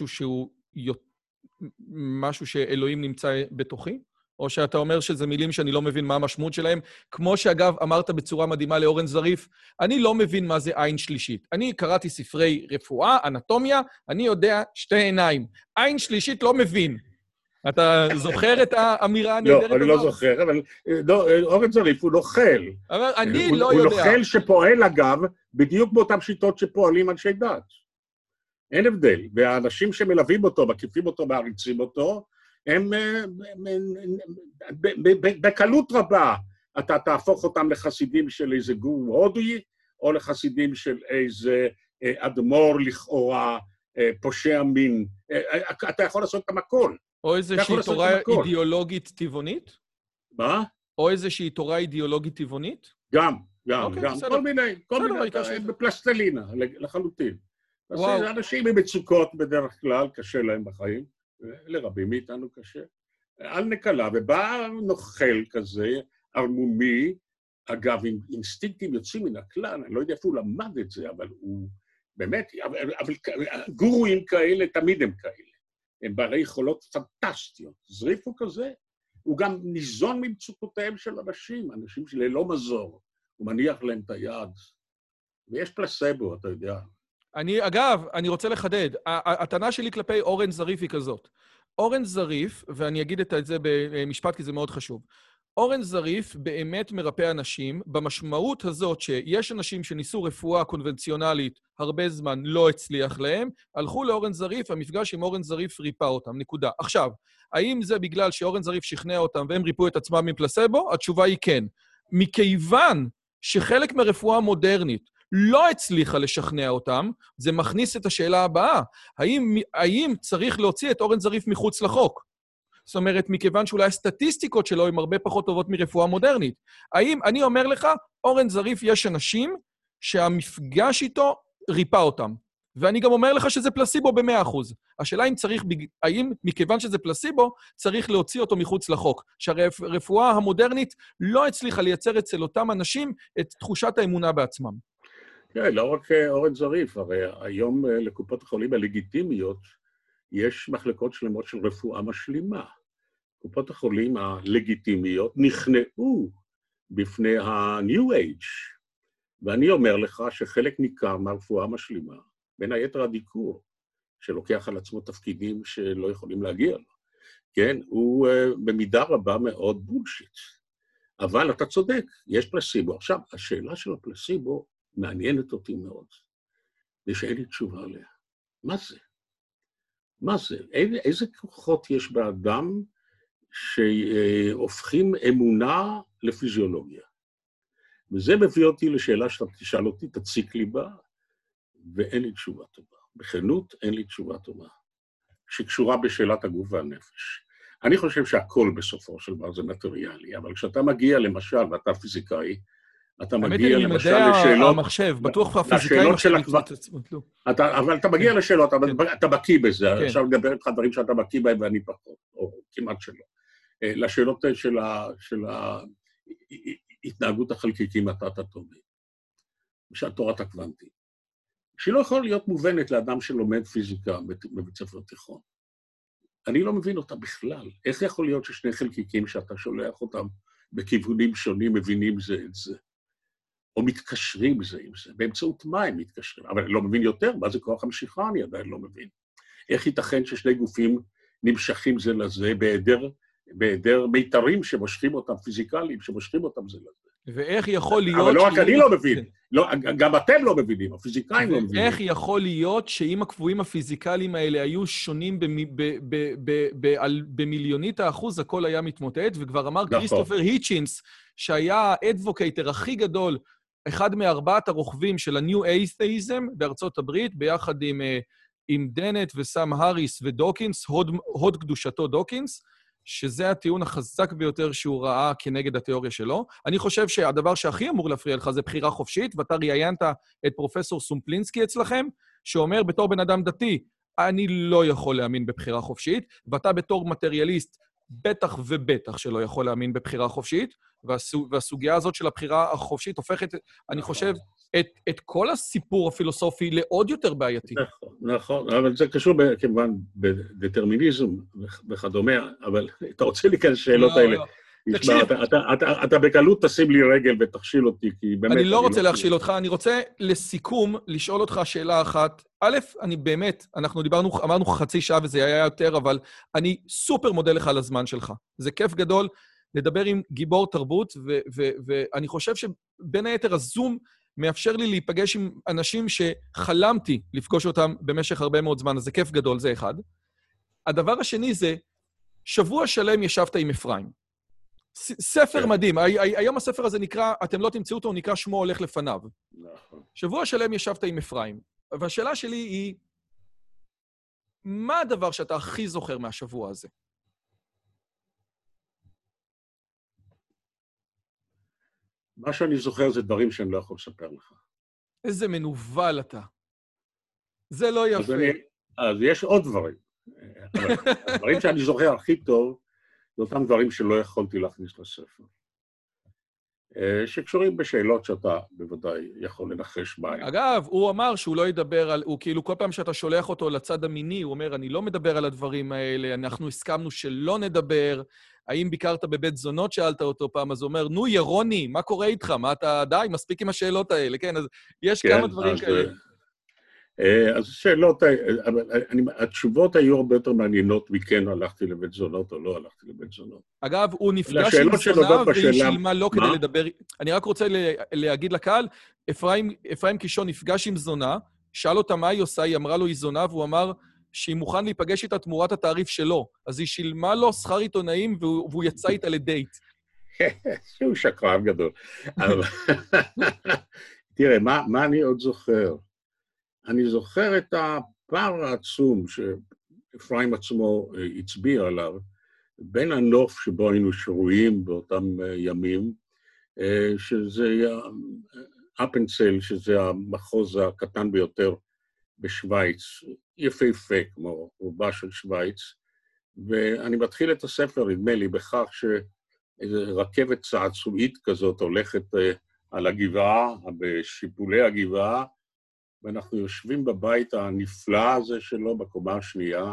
S1: משהו שאלוהים נמצא בתוכי? או שאתה אומר שזה מילים שאני לא מבין מה המשמעות שלהם? כמו שאגב אמרת בצורה מדהימה לאורן זריף, אני לא מבין מה זה עין שלישית. אני קראתי ספרי רפואה, אנטומיה, אני יודע שתי עיניים. עין שלישית לא מבין. אתה זוכר את האמירה הנהדרת הזאת?
S2: לא, אני לא זוכר, אבל אורן זריף הוא נוכל.
S1: אבל אני לא יודע.
S2: הוא נוכל שפועל, אגב, בדיוק באותן שיטות שפועלים אנשי דת. אין הבדל. והאנשים שמלווים אותו, מקיפים אותו, מעריצים אותו, הם בקלות רבה, אתה תהפוך אותם לחסידים של איזה גור הודוי, או לחסידים של איזה אדמו"ר לכאורה, פושע מין. אתה יכול לעשות את הכל.
S1: או איזושהי תורה אידיאולוגית טבעונית?
S2: מה?
S1: או איזושהי תורה אידיאולוגית טבעונית?
S2: גם. כל מיני, בפלסטלינה, לחלוטין. אנשים עם מצוקות בדרך כלל, קשה להם בחיים, לרבים מאיתנו קשה. על נקלה, ובא נוכל כזה, ערמומי, אגב, עם אינסטינקטים יוצאים מן הכלל, אני לא יודע איפה הוא למד את זה, אבל הוא באמת, אבל גורואים כאלה, תמיד הם כאלה. הם בעלי יכולות פנטסטיות. זריף הוא כזה, הוא גם ניזון ממצוקותיהם של אנשים שללא מזור. הוא מניח להם את היד. ויש פלסבו, אתה יודע.
S1: אגב, אני רוצה לחדד. הטענה שלי כלפי אורן זריף היא כזאת. אורן זריף, ואני אגיד את זה במשפט כי זה מאוד חשוב, אורן זריף באמת מרפא אנשים, במשמעות הזאת שיש אנשים שניסו רפואה קונבנציונלית הרבה זמן, לא הצליח להם, הלכו לאורן זריף, המפגש עם אורן זריף ריפא אותם, נקודה. עכשיו, האם זה בגלל שאורן זריף שכנע אותם והם ריפאו את עצמם מפלסבו? התשובה היא כן. מכיוון שחלק מהרפואה המודרנית לא הצליחה לשכנע אותם, זה מכניס את השאלה הבאה, האם צריך להוציא את אורן זריף מחוץ לחוק? זאת אומרת, מכיוון שאולי הסטטיסטיקות שלו הן הרבה פחות טובות מרפואה מודרנית. אני אומר לך, אורן זריף יש אנשים שהמפגש איתו ריפא אותם. ואני גם אומר לך שזה פלסיבו ב100%. השאלה האם מכיוון שזה פלסיבו, צריך להוציא אותו מחוץ לחוק. שהרפואה המודרנית לא הצליחה לייצר אצל אותם אנשים את תחושת האמונה בעצמם.
S2: כן, לא רק אורן זריף, הרי היום לקופות החולים הלגיטימיות יש מחלקות שלמות של רפואה משלימה. קופות החולים הלגיטימיות נכנעו בפני ה-New Age, ואני אומר לך שחלק ניכר מהרפואה המשלימה, בין היתר הדיקור, שלוקח על עצמו תפקידים שלא יכולים להגיע לו, כן, הוא במידה רבה מאוד בולשיט. אבל אתה צודק, יש פלסיבו. עכשיו, השאלה של הפלסיבו מעניינת אותי מאוד, ושאין לי תשובה עליה. מה זה? מה זה? איזה כוחות יש באדם שהופכים אמונה לפיזיולוגיה? וזה מביא אותי לשאלה שאתה תשאל אותי, תציק לי בה, ואין לי תשובה טובה. בכנות אין לי תשובה טובה, שקשורה בשאלת הגוף והנפש. אני חושב שהכל בסופו של דבר זה מטריאלי, אבל כשאתה מגיע למשל, ואתה פיזיקאי, אתה מגיע למשל לשאלות...
S1: המחשב, בטוח הפיזיקאי מחשב את עצמו.
S2: אבל אתה מגיע לשאלות, אתה בקיא בזה, עכשיו נדבר איתך דברים שאתה בקיא בהם ואני פחות, או כמעט שלא. לשאלות של ההתנהגות החלקיקים התת-אטומית, של תורת הקוונטים, שהיא לא יכולה להיות מובנת לאדם שלומד פיזיקה בבית ספר תיכון. אני לא מבין אותה בכלל. איך יכול להיות ששני חלקיקים שאתה שולח אותם בכיוונים שונים מבינים זה את זה? או מתקשרים זה עם זה? באמצעות מה הם מתקשרים? אבל אני לא מבין יותר, מה זה כוח המשיכה? אני עדיין לא מבין. איך ייתכן ששני גופים נמשכים זה לזה בהיעדר מיתרים שמושכים אותם, פיזיקליים שמושכים אותם זה לזה?
S1: ואיך יכול להיות...
S2: אבל לא רק אני לא מבין, גם אתם לא מבינים, הפיזיקאים לא מבינים.
S1: איך יכול להיות שאם הקבועים הפיזיקליים האלה היו שונים במיליונית האחוז, הכל היה מתמוטט, וכבר אמר כריסטופר היצ'ינס, שהיה האדבוקייטר הכי גדול, אחד מארבעת הרוכבים של ה-New Atheism בארצות הברית, ביחד עם דנט וסם האריס ודוקינס, הוד קדושתו דוקינס, שזה הטיעון החזק ביותר שהוא ראה כנגד התיאוריה שלו. אני חושב שהדבר שהכי אמור להפריע לך זה בחירה חופשית, ואתה ראיינת את פרופסור סומפלינסקי אצלכם, שאומר בתור בן אדם דתי, אני לא יכול להאמין בבחירה חופשית, ואתה בתור מטריאליסט, בטח ובטח שלא יכול להאמין בבחירה חופשית, והסוגיה הזאת של הבחירה החופשית הופכת, אני חושב, את כל הסיפור הפילוסופי לעוד יותר בעייתי.
S2: נכון, אבל זה קשור כמובן בדטרמיניזם וכדומה, אבל אתה רוצה להיכנס לשאלות האלה. תקשיב. אתה בקלות תשים לי רגל ותכשיל אותי, כי באמת...
S1: אני לא רוצה להכשיל אותך, אני רוצה לסיכום לשאול אותך שאלה אחת. א', אני באמת, אנחנו אמרנו חצי שעה וזה היה יותר, אבל אני סופר מודה לך על הזמן שלך. זה כיף גדול לדבר עם גיבור תרבות, ואני חושב שבין היתר הזום מאפשר לי להיפגש עם אנשים שחלמתי לפגוש אותם במשך הרבה מאוד זמן, אז זה כיף גדול, זה אחד. הדבר השני זה, שבוע שלם ישבת עם אפרים. ספר מדהים, היום הספר הזה נקרא, אתם לא תמצאו אותו, הוא נקרא שמו הולך לפניו. שבוע שלם ישבת עם אפרים, והשאלה שלי היא, מה הדבר שאתה הכי זוכר מהשבוע הזה?
S2: מה שאני זוכר זה דברים שאני לא יכול לספר לך.
S1: איזה מנוול אתה. זה לא יפה.
S2: אז יש עוד דברים. הדברים שאני זוכר הכי טוב, זה אותם דברים שלא יכולתי להכניס לספר. שקשורים בשאלות שאתה בוודאי יכול לנחש בהן.
S1: אגב, הוא אמר שהוא לא ידבר על... הוא כאילו כל פעם שאתה שולח אותו לצד המיני, הוא אומר, אני לא מדבר על הדברים האלה, אנחנו הסכמנו שלא נדבר. האם ביקרת בבית זונות, שאלת אותו פעם, אז הוא אומר, נו, ירוני, מה קורה איתך? מה אתה... די, מספיק עם השאלות האלה, כן? אז יש כמה דברים כאלה.
S2: אז שאלות, התשובות היו הרבה יותר מעניינות מכן הלכתי לבית זונות או לא הלכתי לבית זונות.
S1: אגב, הוא נפגש עם זונה והיא שילמה לו כדי לדבר... אני רק רוצה להגיד לקהל, אפרים קישון נפגש עם זונה, שאל אותה מה היא עושה, היא אמרה לו היא זונה, והוא אמר שהיא מוכן להיפגש איתה תמורת התעריף שלו. אז היא שילמה לו שכר עיתונאים והוא יצא איתה לדייט.
S2: שהוא שקרן גדול. תראה, מה אני עוד זוכר? אני זוכר את הפער העצום שאפרים עצמו הצביע עליו, בין הנוף שבו היינו שרויים באותם ימים, שזה אפנצל, שזה המחוז הקטן ביותר בשוויץ, יפהפה כמו רובה של שוויץ, ואני מתחיל את הספר, נדמה לי, בכך שאיזו רכבת צעצועית כזאת הולכת על הגבעה, בשיפולי הגבעה, ואנחנו יושבים בבית הנפלא הזה שלו, בקומה השנייה,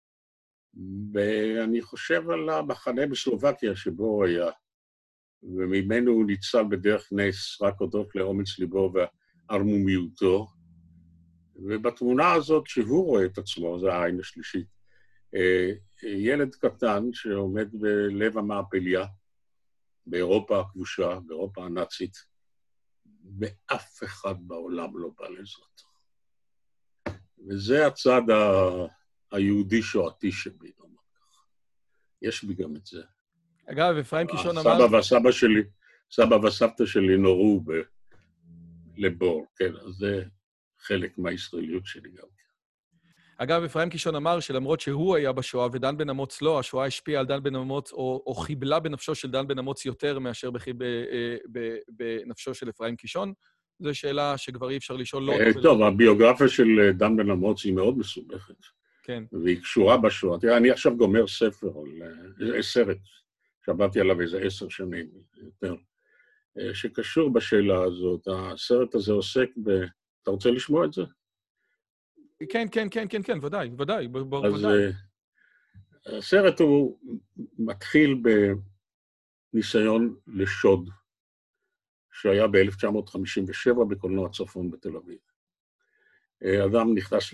S2: ואני חושב על המחנה בסלובקיה שבו הוא היה, וממנו הוא ניצל בדרך נס רק הודות לאומץ ליבו וערמומיותו, ובתמונה הזאת שהוא רואה את עצמו, זה העין השלישית, ילד קטן שעומד בלב המעפליה, באירופה הכבושה, באירופה הנאצית, ואף אחד בעולם לא בא לעזרתו. וזה הצד היהודי שואתי שבי, נאמר ככה. יש בי גם את זה.
S1: אגב, אפרים קישון אמר...
S2: סבא וסבתא שלי נורו לבור, כן, אז זה חלק מהישראליות שלי גם.
S1: אגב, אפרים קישון אמר שלמרות שהוא היה בשואה ודן בן אמוץ לא, השואה השפיעה על דן בן אמוץ, או חיבלה בנפשו של דן בן אמוץ יותר מאשר בנפשו של אפרים קישון. זו שאלה שכבר אי אפשר לשאול לא...
S2: טוב, הביוגרפיה של דן בן אמוץ היא מאוד מסובכת.
S1: כן.
S2: והיא קשורה בשואה. תראה, אני עכשיו גומר סרט, שעבדתי עליו איזה 10 שנים יותר, שקשור בשאלה הזאת. הסרט הזה עוסק אתה רוצה לשמוע את זה?
S1: כן, ודאי.
S2: אז הסרט הוא מתחיל בניסיון לשוד, שהיה ב-1957 בקולנוע צפון בתל אביב. אדם נכנס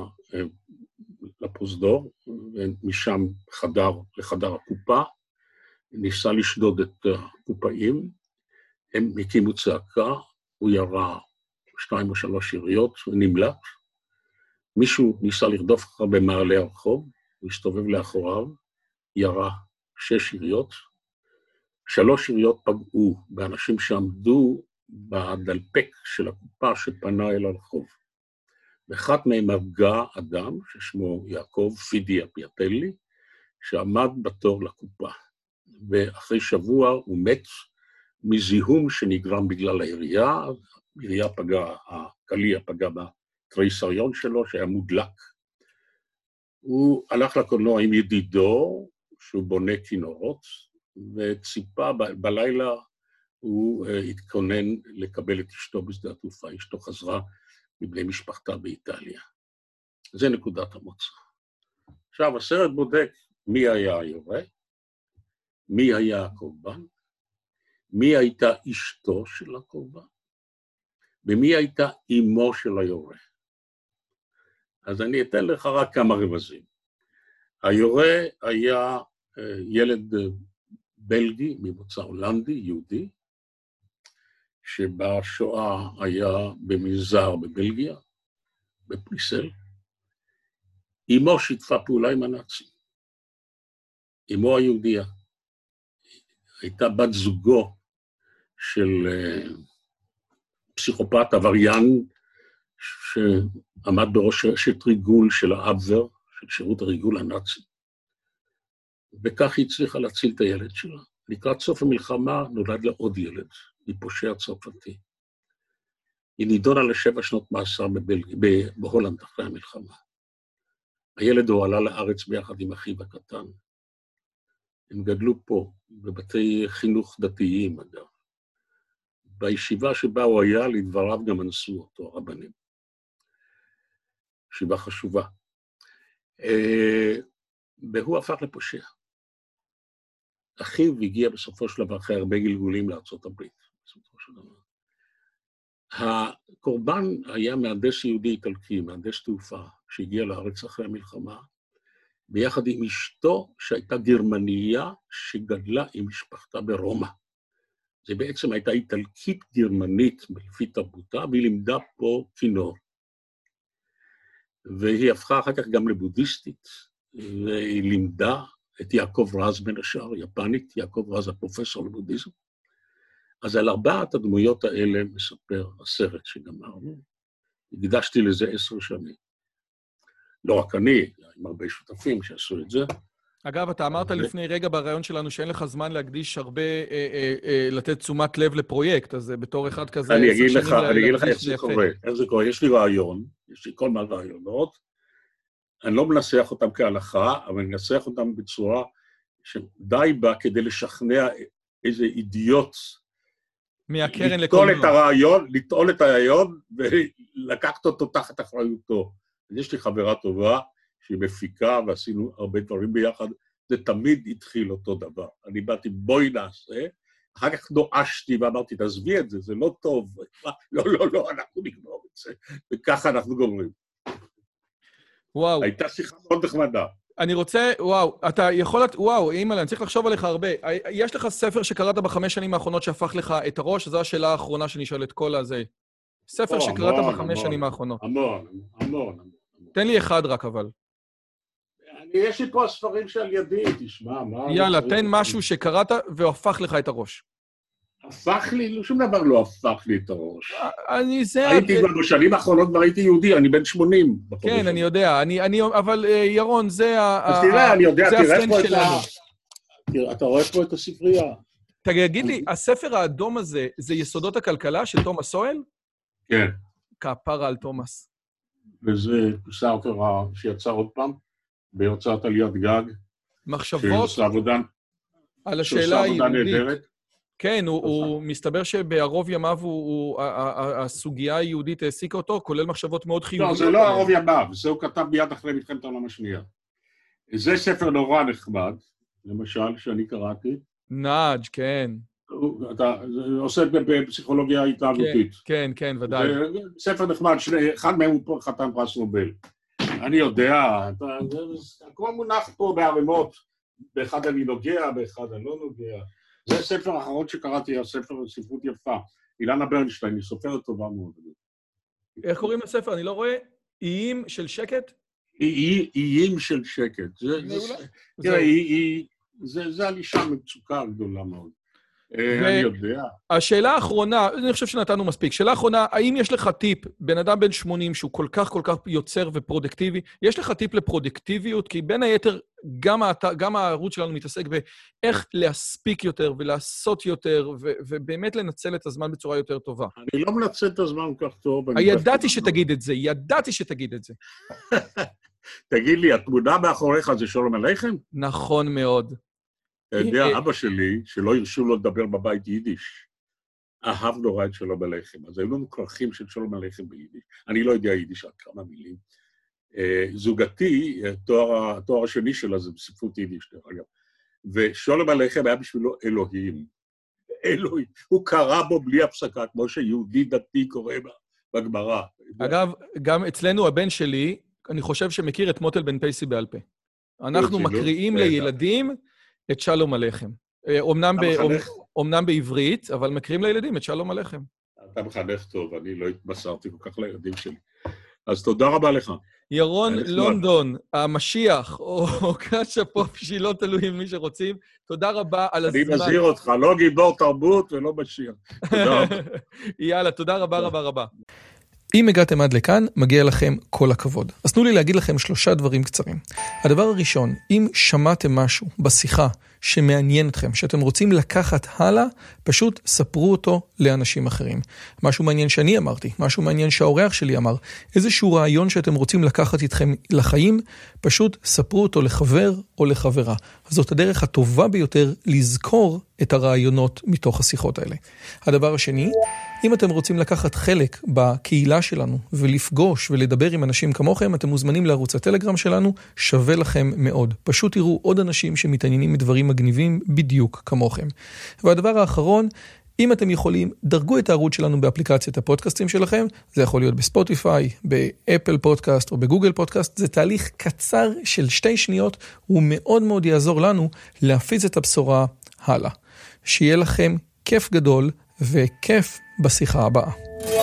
S2: לפרוזדור, ומשם חדר לחדר הקופה, ניסה לשדוד את הקופאים, הם הקימו צעקה, הוא ירה 2 או 3 יריות, ונמלט. מישהו ניסה לרדוף אחר במעלה הרחוב, הוא הסתובב לאחוריו, ירה 6 יריות, 3 יריות פגעו באנשים שעמדו בדלפק של הקופה שפנה אל הרחוב. ואחת מהם הרגה אדם ששמו יעקב פידי אפיאטלי, שעמד בתור לקופה. ואחרי שבוע הוא מת מזיהום שנגרם בגלל העירייה, העירייה פגעה, הקליע פגע בתריסריון שלו שהיה מודלק. הוא הלך לקולנוע עם ידידו, שהוא בונה כינורות, וציפה בלילה הוא התכונן לקבל את אשתו בשדה התעופה. אשתו חזרה מבני משפחתה באיטליה. זה נקודת המוצא. עכשיו, הסרט בודק מי היה היורה, מי היה הקורבן, מי הייתה אשתו של הקורבן, ומי הייתה אמו של היורה. אז אני אתן לך רק כמה רמזים. היורה היה ילד בלגי, ממוצא הולנדי, יהודי, שבשואה היה במנזר בבלגיה, בפריסל. אמו שיתפה פעולה עם הנאצים. אמו היהודיה. הייתה בת זוגו של פסיכופת עבריין, שעמד בראש רשת ריגול של האבזר, של שירות הריגול הנאצי. וכך היא הצליחה להציל את הילד שלה. לקראת סוף המלחמה נולד לה עוד ילד, מפושע צרפתי. היא נידונה ל7 שנות מאסר בהולנד אחרי המלחמה. הילד הוא עלה לארץ ביחד עם אחיו הקטן. הם גדלו פה, בבתי חינוך דתיים, אגב. בישיבה שבה הוא היה, לדבריו גם אנסו אותו, הרבנים. ישיבה חשובה. והוא הפך לפושע. אחיו הגיע בסופו של דבר אחרי הרבה גלגולים לארצות הברית, בסופו של דבר. הקורבן היה מהנדס יהודי איטלקי, מהנדס תעופה, שהגיע לארץ אחרי המלחמה, ביחד עם אשתו שהייתה גרמניה, שגדלה עם משפחתה ברומא. זה בעצם הייתה איטלקית גרמנית לפי תרבותה, והיא לימדה פה כינור. והיא הפכה אחר כך גם לבודהיסטית, והיא לימדה את יעקב רז בין השאר, יפנית, יעקב רז הפרופסור לבודהיזם. אז על 4 הדמויות האלה מספר הסרט שגמרנו. הקדשתי לזה 10 שנים. לא רק אני, עם הרבה שותפים שעשו את זה. אגב,
S1: אתה אמרת לפני רגע ברעיון שלנו שאין לך זמן להקדיש הרבה, לתת תשומת לב לפרויקט, אז בתור אחד כזה...
S2: אני אגיד לך איך זה קורה. איך זה קורה? יש לי רעיון, יש לי כל מיני רעיונות, אני לא מנסח אותם כהלכה, אבל אני מנסח אותם בצורה שדי בה כדי לשכנע איזה אידיוט,
S1: מהקרן לקולנוע.
S2: לטעול את הרעיון ולקחת אותו תחת אחריותו. יש לי חברה טובה שהיא מפיקה ועשינו הרבה דברים ביחד, זה תמיד התחיל אותו דבר. אני באתי, בואי נעשה, אחר כך נואשתי ואמרתי, תעזבי את זה, זה לא טוב. לא, אנחנו נגמור את זה. וככה אנחנו גומרים.
S1: וואו.
S2: הייתה שיחה מאוד נחמדה.
S1: אני רוצה, וואו, אתה יכול, וואו, אימא'לה, אני צריך לחשוב עליך הרבה. יש לך ספר שקראת ב5 שנים האחרונות שהפך לך את הראש, זו השאלה האחרונה שנשאל את כל הזה. ספר שקראת ב5 שנים האחרונות.
S2: המון.
S1: תן לי אחד רק, אבל.
S2: יש לי פה הספרים שעל ידי, תשמע, מה...
S1: יאללה, תן משהו שקראת והפך לך את הראש.
S2: הפך לי, שום דבר לא הפך לי את הראש.
S1: זה...
S2: הייתי כבר בשנים האחרונות, כבר הייתי יהודי, אני בן 80.
S1: כן, אני יודע, אבל ירון, זה
S2: אז תראה, אני יודע, תראה פה את ה... אתה רואה פה את הספרייה.
S1: תגיד לי, הספר האדום הזה, זה יסודות הכלכלה של תומאס סואל?
S2: כן.
S1: כפרה על תומאס.
S2: וזה ספר שיצא עוד פעם, בהוצאת עליית גג.
S1: מחשבות על השאלה היהודית. כן, הוא מסתבר שבערוב ימיו הסוגיה היהודית העסיקה אותו, כולל מחשבות מאוד חיוביות.
S2: לא, זה לא ערוב ימיו, זה הוא כתב מיד אחרי מלחמת העולם השנייה. זה ספר נורא נחמד, למשל, שאני קראתי.
S1: נאג', כן.
S2: אתה עושה בפסיכולוגיה התנהגותית.
S1: כן, ודאי.
S2: ספר נחמד, אחד מהם הוא פה חתן פרס נובל. אני יודע, הכל מונח פה בערימות, באחד אני נוגע, באחד אני לא נוגע. זה הספר האחרון שקראתי, הספר ספרות יפה. אילנה ברנשטיין, היא סופרת טובה מאוד.
S1: איך קוראים לספר? אני לא רואה. איים של שקט?
S2: איים של שקט. תראה, זה על אישה מצוקה גדולה מאוד. אני יודע.
S1: השאלה האחרונה, אני חושב שנתנו מספיק, שאלה האחרונה, האם יש לך טיפ, בן אדם בן 80 שהוא כל כך יוצר ופרודקטיבי, יש לך טיפ לפרודקטיביות? כי בין היתר, גם הערוץ שלנו מתעסק באיך להספיק יותר ולעשות יותר, ובאמת לנצל את הזמן בצורה יותר טובה.
S2: אני לא מנצל את הזמן כל כך טוב.
S1: ידעתי שתגיד את זה.
S2: תגיד לי, התמונה מאחוריך זה שלום עליכם?
S1: נכון מאוד.
S2: אתה יודע, אבא שלי, שלא הרשו לו לדבר בבית יידיש, אהב נורא את שלום עליכם. אז היו לנו כרכים של שלום עליכם ביידיש. אני לא יודע יידיש, רק כמה מילים. זוגתי, התואר השני שלה זה בספרות יידיש, דרך אגב. ושלום עליכם היה בשבילו אלוהים. אלוהים. הוא קרא בו בלי הפסקה, כמו שיהודי דתי קורא בגמרא.
S1: אגב, גם אצלנו הבן שלי, אני חושב שמכיר את מוטל בן פייסי בעל פה. אנחנו מקריאים לילדים את שלום עליכם. אומנם בעברית, אבל מקריאים לילדים את שלום עליכם.
S2: אתה מחנך טוב, אני לא התבשרתי כל כך לילדים שלי. אז תודה רבה לך.
S1: ירון לונדון, המשיח, או קאצ'ה פופ, שלא תלוי עם מי שרוצים. תודה רבה על הזמן.
S2: אני מזהיר אותך, לא גיבור תרבות ולא משיח. תודה רבה.
S1: יאללה, תודה רבה. אם הגעתם עד לכאן, מגיע לכם כל הכבוד. אז תנו לי להגיד לכם 3 דברים קצרים. הדבר הראשון, אם שמעתם משהו בשיחה שמעניין אתכם, שאתם רוצים לקחת הלאה, פשוט ספרו אותו לאנשים אחרים. משהו מעניין שאני אמרתי, משהו מעניין שהאורח שלי אמר, איזשהו רעיון שאתם רוצים לקחת איתכם לחיים, פשוט ספרו אותו לחבר או לחברה. אז זאת הדרך הטובה ביותר לזכור את הרעיונות מתוך השיחות האלה. הדבר השני, אם אתם רוצים לקחת חלק בקהילה שלנו ולפגוש ולדבר עם אנשים כמוכם, אתם מוזמנים לערוץ הטלגרם שלנו, שווה לכם מאוד. פשוט תראו עוד אנשים שמתעניינים מדברים מגניבים בדיוק כמוכם. והדבר האחרון, אם אתם יכולים, דרגו את הערוץ שלנו באפליקציית הפודקאסטים שלכם, זה יכול להיות בספוטיפיי, באפל פודקאסט או בגוגל פודקאסט, זה תהליך קצר של 2 שניות, הוא מאוד מאוד יעזור לנו להפיץ את הבשורה הלאה. שיהיה לכם כיף גדול וכיף בשיחה הבאה.